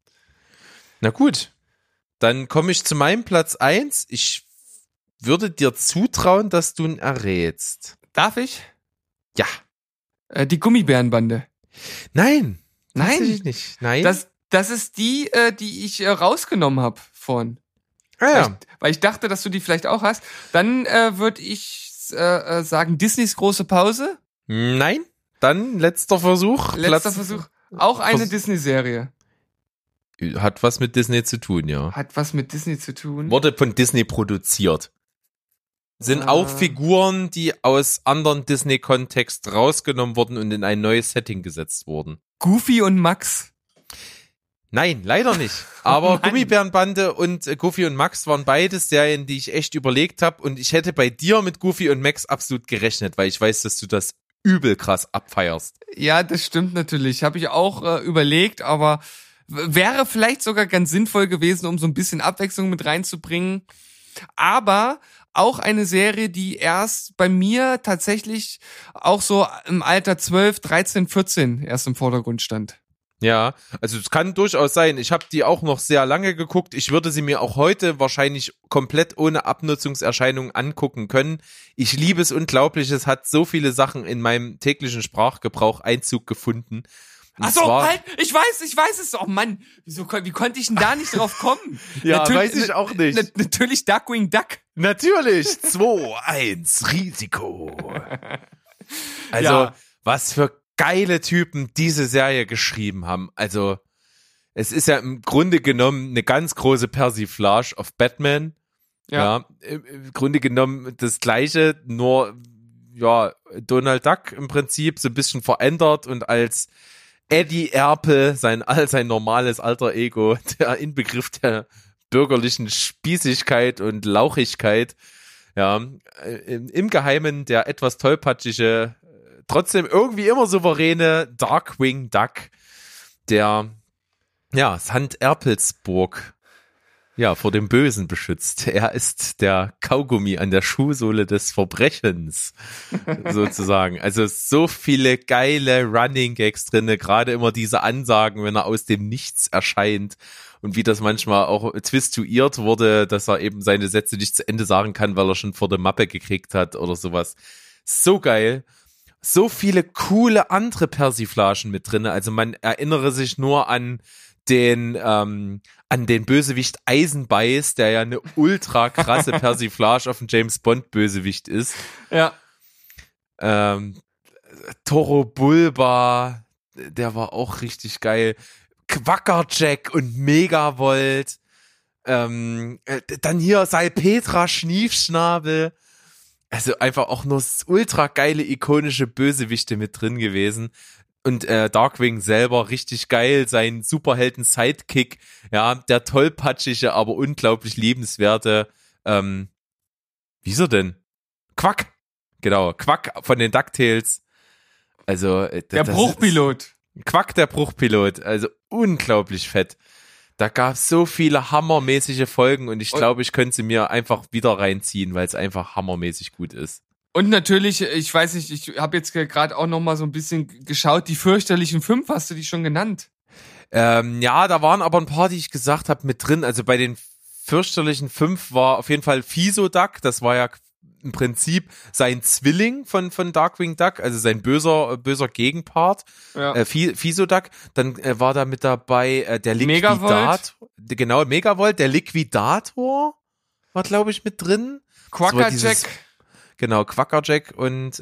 Na gut. Dann komme ich zu meinem Platz 1. Ich würde dir zutrauen, dass du ihn errätst. Darf ich? Ja. Die Gummibärenbande. Nein. Nein. Tatsächlich nicht. Nein. Das ist die ich rausgenommen habe vorhin. Ah, ja. Weil ich dachte, dass du die vielleicht auch hast. Dann würde ich sagen, Disneys große Pause. Nein. Dann letzter Versuch. Versuch. Auch eine Disney-Serie. Hat was mit Disney zu tun, ja. Hat was mit Disney zu tun. Wurde von Disney produziert. Sind auch Figuren, die aus anderen Disney-Kontext rausgenommen wurden und in ein neues Setting gesetzt wurden. Goofy und Max. Nein, leider nicht. Aber Mann. Gummibärenbande und Goofy und Max waren beides Serien, die ich echt überlegt habe. Und ich hätte bei dir mit Goofy und Max absolut gerechnet, weil ich weiß, dass du das übel krass abfeierst. Ja, das stimmt natürlich. Habe ich auch überlegt, aber wäre vielleicht sogar ganz sinnvoll gewesen, um so ein bisschen Abwechslung mit reinzubringen. Aber auch eine Serie, die erst bei mir tatsächlich auch so im Alter 12, 13, 14 erst im Vordergrund stand. Ja, also es kann durchaus sein. Ich habe die auch noch sehr lange geguckt. Ich würde sie mir auch heute wahrscheinlich komplett ohne Abnutzungserscheinungen angucken können. Ich liebe es unglaublich. Es hat so viele Sachen in meinem täglichen Sprachgebrauch Einzug gefunden. Und Ach so, zwar, halt, ich weiß es. Oh Mann, wie konnte ich denn da nicht drauf kommen? Ja, weiß ich auch nicht. Natürlich Duckwing Duck. Natürlich. 2-1 Risiko. Also, Ja. was für geile Typen diese Serie geschrieben haben. Also, es ist ja im Grunde genommen eine ganz große Persiflage auf Batman. Ja, im Grunde genommen das Gleiche, nur, ja, Donald Duck im Prinzip so ein bisschen verändert und als Eddie Erpel, sein normales alter Ego, der Inbegriff der bürgerlichen Spießigkeit und Lauchigkeit, ja, im Geheimen der etwas tollpatschige, trotzdem irgendwie immer souveräne Darkwing Duck, der, ja, St. Erpelsburg, ja, vor dem Bösen beschützt. Er ist der Kaugummi an der Schuhsohle des Verbrechens, sozusagen. Also so viele geile Running Gags drinne, gerade immer diese Ansagen, wenn er aus dem Nichts erscheint und wie das manchmal auch twisttuiert wurde, dass er eben seine Sätze nicht zu Ende sagen kann, weil er schon vor der Mappe gekriegt hat oder sowas. So geil. So viele coole andere Persiflagen mit drinne. Also man erinnere sich nur an den Bösewicht Eisenbeiß, der ja eine ultra krasse Persiflage auf den James Bond Bösewicht ist. Ja. Toro Bulba, der war auch richtig geil. Quackerjack und Megavolt. Dann hier Salpetra Schniefschnabel. Also einfach auch nur ultra geile, ikonische Bösewichte mit drin gewesen. Und Darkwing selber richtig geil, sein Superhelden-Sidekick, ja, der tollpatschige, aber unglaublich liebenswerte, wieso denn? Quack! Genau, Quack von den DuckTales. Also Der Bruchpilot. Quack, der Bruchpilot, also unglaublich fett. Da gab es so viele hammermäßige Folgen und ich glaube, ich könnte sie mir einfach wieder reinziehen, weil es einfach hammermäßig gut ist. Und natürlich, ich weiß nicht, ich habe jetzt gerade auch noch mal so ein bisschen geschaut, die fürchterlichen 5, hast du die schon genannt? Ja, da waren aber ein paar, die ich gesagt habe, mit drin. Also bei den fürchterlichen 5 war auf jeden Fall Fiso-Duck, das war ja im Prinzip sein Zwilling von Darkwing Duck, also sein böser Gegenpart, Ja. Fiso-Duck. Dann war da mit dabei der Liquidator. Genau, Megavolt, der Liquidator war, glaube ich, mit drin. Quackerjack. Genau, Quackerjack und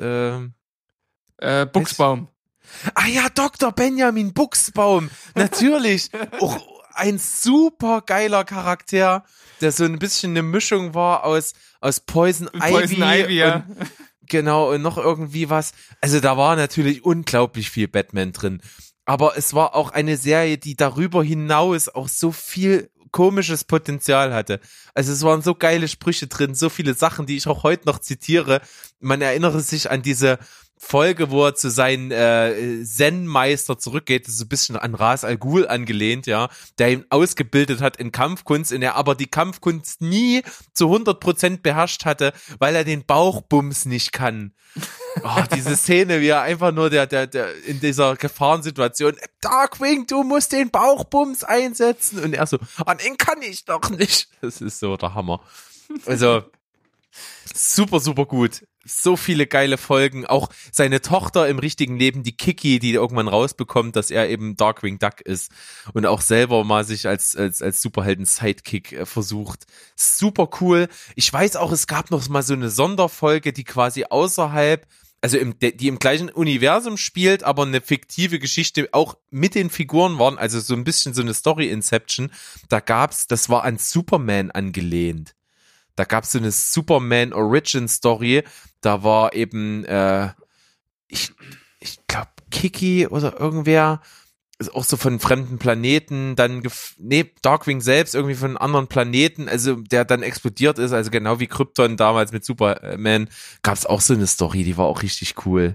Buchsbaum. Ah ja, Dr. Benjamin Buchsbaum, natürlich. Auch ein super geiler Charakter, der so ein bisschen eine Mischung war aus Poison Ivy ja. und, genau, und noch irgendwie was. Also da war natürlich unglaublich viel Batman drin. Aber es war auch eine Serie, die darüber hinaus auch so viel komisches Potenzial hatte. Also es waren so geile Sprüche drin, so viele Sachen, die ich auch heute noch zitiere. Man erinnere sich an diese Folge, wo er zu seinem Zen-Meister zurückgeht, das ist so ein bisschen an Ra's al Ghul angelehnt, ja, der ihn ausgebildet hat in Kampfkunst, in der aber die Kampfkunst nie zu 100% beherrscht hatte, weil er den Bauchbums nicht kann. Oh, diese Szene, wie er einfach nur der in dieser Gefahrensituation, Darkwing, du musst den Bauchbums einsetzen, und er so, den kann ich doch nicht. Das ist so der Hammer. Also super, super gut. So viele geile Folgen. Auch seine Tochter im richtigen Leben, die Kiki, die irgendwann rausbekommt, dass er eben Darkwing Duck ist und auch selber mal sich als Superhelden-Sidekick versucht. Super cool. Ich weiß auch, es gab noch mal so eine Sonderfolge, die quasi außerhalb, also die im gleichen Universum spielt, aber eine fiktive Geschichte auch mit den Figuren waren, also so ein bisschen so eine Story-Inception. Da gab's, das war an Superman angelehnt. Da gab es so eine Superman Origin Story. Da war eben, ich glaube, Kiki oder irgendwer, ist auch so von fremden Planeten, dann, Darkwing selbst irgendwie von einem anderen Planeten, also der dann explodiert ist, also genau wie Krypton damals mit Superman, gab es auch so eine Story, die war auch richtig cool.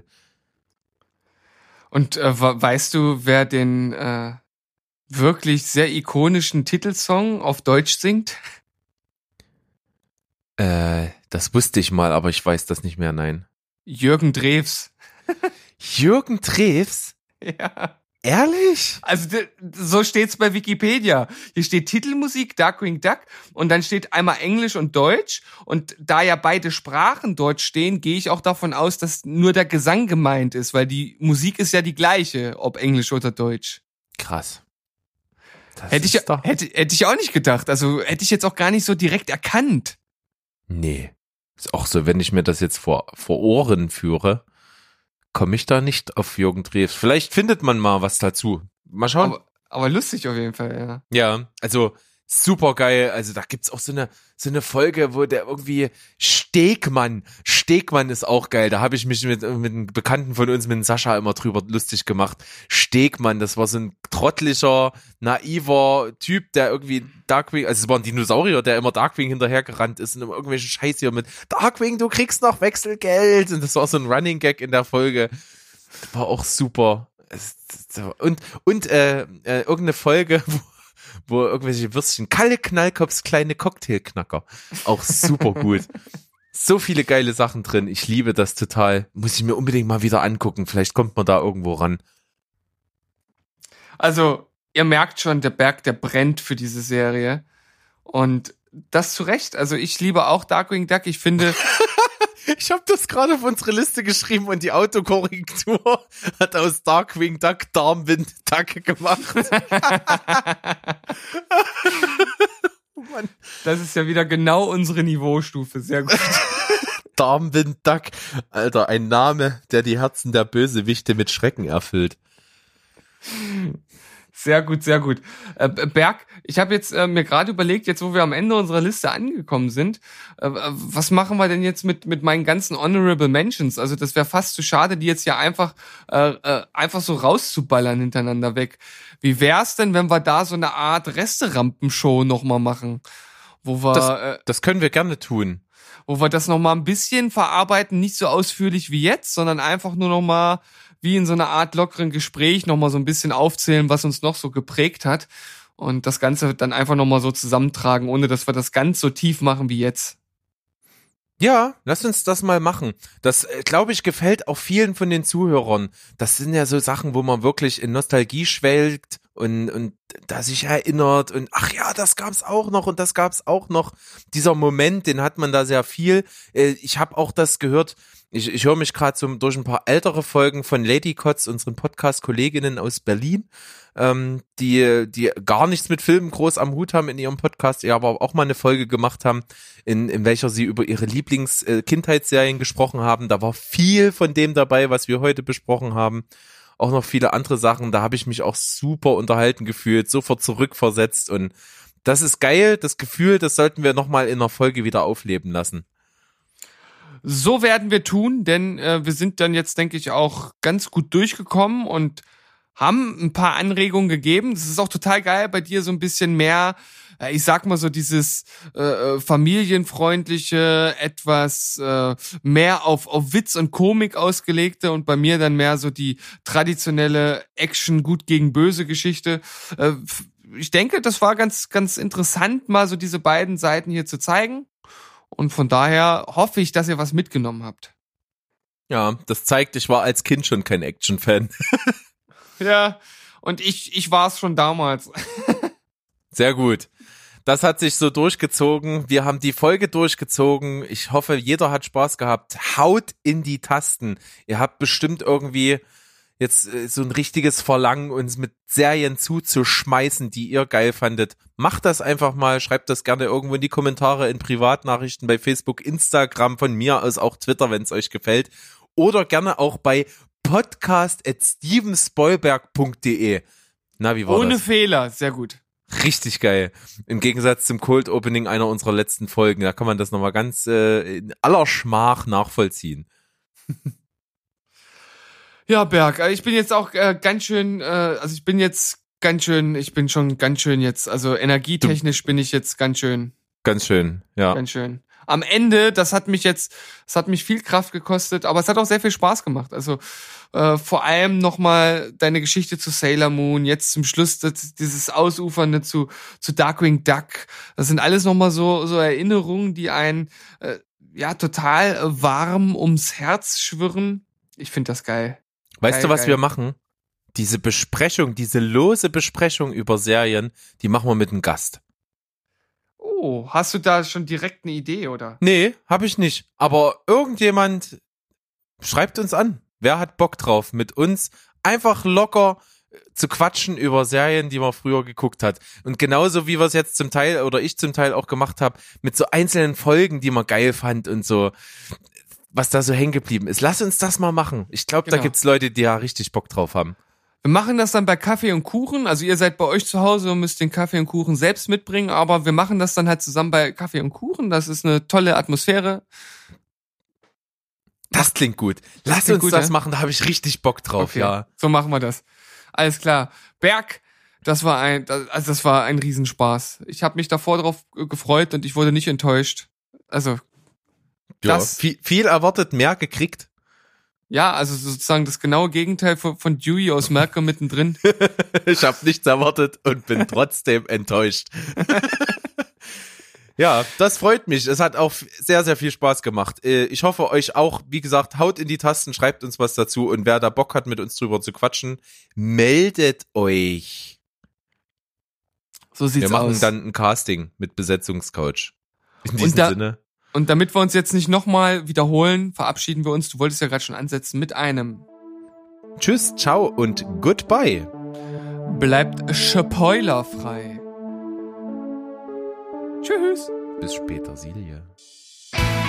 Und weißt du, wer den wirklich sehr ikonischen Titelsong auf Deutsch singt? Das wusste ich mal, aber ich weiß das nicht mehr, nein. Jürgen Drews. Jürgen Drews? Ja. Ehrlich? Also so steht's bei Wikipedia. Hier steht Titelmusik Darkwing Duck und dann steht einmal Englisch und Deutsch. Und da ja beide Sprachen dort stehen, gehe ich auch davon aus, dass nur der Gesang gemeint ist, weil die Musik ist ja die gleiche, ob Englisch oder Deutsch. Krass. Hätte ich auch nicht gedacht. Also hätte ich jetzt auch gar nicht so direkt erkannt. Nee. Ist auch so, wenn ich mir das jetzt vor Ohren führe, komme ich da nicht auf Jürgen Drews. Vielleicht findet man mal was dazu. Mal schauen. Aber lustig auf jeden Fall, ja. Ja, also super geil. Also da gibt's auch so eine Folge, wo der irgendwie Stegmann ist auch geil. Da habe ich mich mit einem Bekannten von uns, mit Sascha, immer drüber lustig gemacht. Stegmann, das war so ein trottlicher, naiver Typ, der irgendwie Darkwing, also es war ein Dinosaurier, der immer Darkwing hinterhergerannt ist und immer irgendwelche Scheiß hier mit Darkwing, du kriegst noch Wechselgeld. Und das war so ein Running Gag in der Folge. Das war auch super. Und irgendeine Folge, wo irgendwelche Würstchen, Kalle Knallkops kleine Cocktailknacker. Auch super gut. So viele geile Sachen drin. Ich liebe das total. Muss ich mir unbedingt mal wieder angucken. Vielleicht kommt man da irgendwo ran. Also, ihr merkt schon, der Berg, der brennt für diese Serie. Und das zu Recht. Also, ich liebe auch Darkwing Duck. Ich finde... Ich habe das gerade auf unsere Liste geschrieben und die Autokorrektur hat aus Darkwing Duck Darmwind Duck gemacht. Mann. Das ist ja wieder genau unsere Niveaustufe. Sehr gut. Darmwind Duck. Alter, ein Name, der die Herzen der Bösewichte mit Schrecken erfüllt. Sehr gut, sehr gut. Berg, ich habe jetzt mir gerade überlegt, jetzt wo wir am Ende unserer Liste angekommen sind, was machen wir denn jetzt mit meinen ganzen Honorable Mentions? Also das wäre fast zu schade, die jetzt ja einfach so rauszuballern hintereinander weg. Wie wär's denn, wenn wir da so eine Art Resterampenshow nochmal machen? Wo wir, das können wir gerne tun. Wo wir das nochmal ein bisschen verarbeiten, nicht so ausführlich wie jetzt, sondern einfach nur nochmal wie in so einer Art lockeren Gespräch nochmal so ein bisschen aufzählen, was uns noch so geprägt hat und das Ganze dann einfach nochmal so zusammentragen, ohne dass wir das ganz so tief machen wie jetzt. Ja, lass uns das mal machen. Das, glaube ich, gefällt auch vielen von den Zuhörern. Das sind ja so Sachen, wo man wirklich in Nostalgie schwelgt und da sich erinnert und ach ja, das gab's auch noch und das gab's auch noch. Dieser Moment, den hat man da sehr viel. Ich habe auch das gehört. Ich höre mich gerade so durch ein paar ältere Folgen von Lady Kotz, unseren Podcast-Kolleginnen aus Berlin, die gar nichts mit Filmen groß am Hut haben in ihrem Podcast, die aber auch mal eine Folge gemacht haben, in welcher sie über ihre Lieblings-Kindheitsserien gesprochen haben. Da war viel von dem dabei, was wir heute besprochen haben. Auch noch viele andere Sachen. Da habe ich mich auch super unterhalten gefühlt, sofort zurückversetzt und das ist geil. Das Gefühl, das sollten wir nochmal in einer Folge wieder aufleben lassen. So werden wir tun, denn wir sind dann jetzt, denke ich, auch ganz gut durchgekommen und haben ein paar Anregungen gegeben. Das ist auch total geil, bei dir so ein bisschen mehr, ich sag mal so dieses familienfreundliche, etwas mehr auf Witz und Komik ausgelegte und bei mir dann mehr so die traditionelle Action gut gegen böse Geschichte. Ich denke, das war ganz, ganz interessant, mal so diese beiden Seiten hier zu zeigen. Und von daher hoffe ich, dass ihr was mitgenommen habt. Ja, das zeigt, ich war als Kind schon kein Action-Fan. Ja, und ich war es schon damals. Sehr gut. Das hat sich so durchgezogen. Wir haben die Folge durchgezogen. Ich hoffe, jeder hat Spaß gehabt. Haut in die Tasten. Ihr habt bestimmt irgendwie jetzt so ein richtiges Verlangen, uns mit Serien zuzuschmeißen, die ihr geil fandet. Macht das einfach mal, schreibt das gerne irgendwo in die Kommentare, in Privatnachrichten bei Facebook, Instagram, von mir aus auch Twitter, wenn es euch gefällt. Oder gerne auch bei podcast@stevenspoilberg.de. Na, wie war Ohne das? Fehler, sehr gut. Richtig geil. Im Gegensatz zum Cold Opening einer unserer letzten Folgen. Da kann man das nochmal ganz in aller Schmach nachvollziehen. Ja, Berg, ich bin jetzt auch ganz schön, ich bin schon ganz schön jetzt, also energietechnisch bin ich jetzt ganz schön. Ganz schön, ja. Ganz schön. Am Ende, das hat mich viel Kraft gekostet, aber es hat auch sehr viel Spaß gemacht. Also vor allem nochmal deine Geschichte zu Sailor Moon, jetzt zum Schluss dieses Ausufernde zu Darkwing Duck. Das sind alles nochmal so Erinnerungen, die einen total warm ums Herz schwirren. Ich finde das geil. Weißt du, was geil. wir machen? Diese Besprechung, diese lose Besprechung über Serien, die machen wir mit einem Gast. Oh, hast du da schon direkt eine Idee, oder? Nee, habe ich nicht. Aber irgendjemand schreibt uns an. Wer hat Bock drauf, mit uns einfach locker zu quatschen über Serien, die man früher geguckt hat. Und genauso wie wir es jetzt zum Teil oder ich zum Teil auch gemacht habe, mit so einzelnen Folgen, die man geil fand und so, was da so hängen geblieben ist. Lass uns das mal machen. Ich glaube, Genau. Da gibt's Leute, die ja richtig Bock drauf haben. Wir machen das dann bei Kaffee und Kuchen. Also ihr seid bei euch zu Hause und müsst den Kaffee und Kuchen selbst mitbringen, aber wir machen das dann halt zusammen bei Kaffee und Kuchen. Das ist eine tolle Atmosphäre. Das klingt gut. Lass uns das machen, da habe ich richtig Bock drauf, okay. ja. So machen wir das. Alles klar. Berg, das war ein Riesenspaß. Ich habe mich davor drauf gefreut und ich wurde nicht enttäuscht. Also Ja, viel erwartet, mehr gekriegt. Ja, also sozusagen das genaue Gegenteil von Dewey aus Malcolm mittendrin. Ich habe nichts erwartet und bin trotzdem enttäuscht. Ja, das freut mich. Es hat auch sehr, sehr viel Spaß gemacht. Ich hoffe, euch auch, wie gesagt, haut in die Tasten, schreibt uns was dazu und wer da Bock hat, mit uns drüber zu quatschen, meldet euch. So sieht's aus. Wir machen dann ein Casting mit Besetzungscoach. In diesem Sinne. Und damit wir uns jetzt nicht nochmal wiederholen, verabschieden wir uns, du wolltest ja gerade schon ansetzen, mit einem Tschüss, ciao und goodbye. Bleibt spoilerfrei. Tschüss. Bis später, Silje.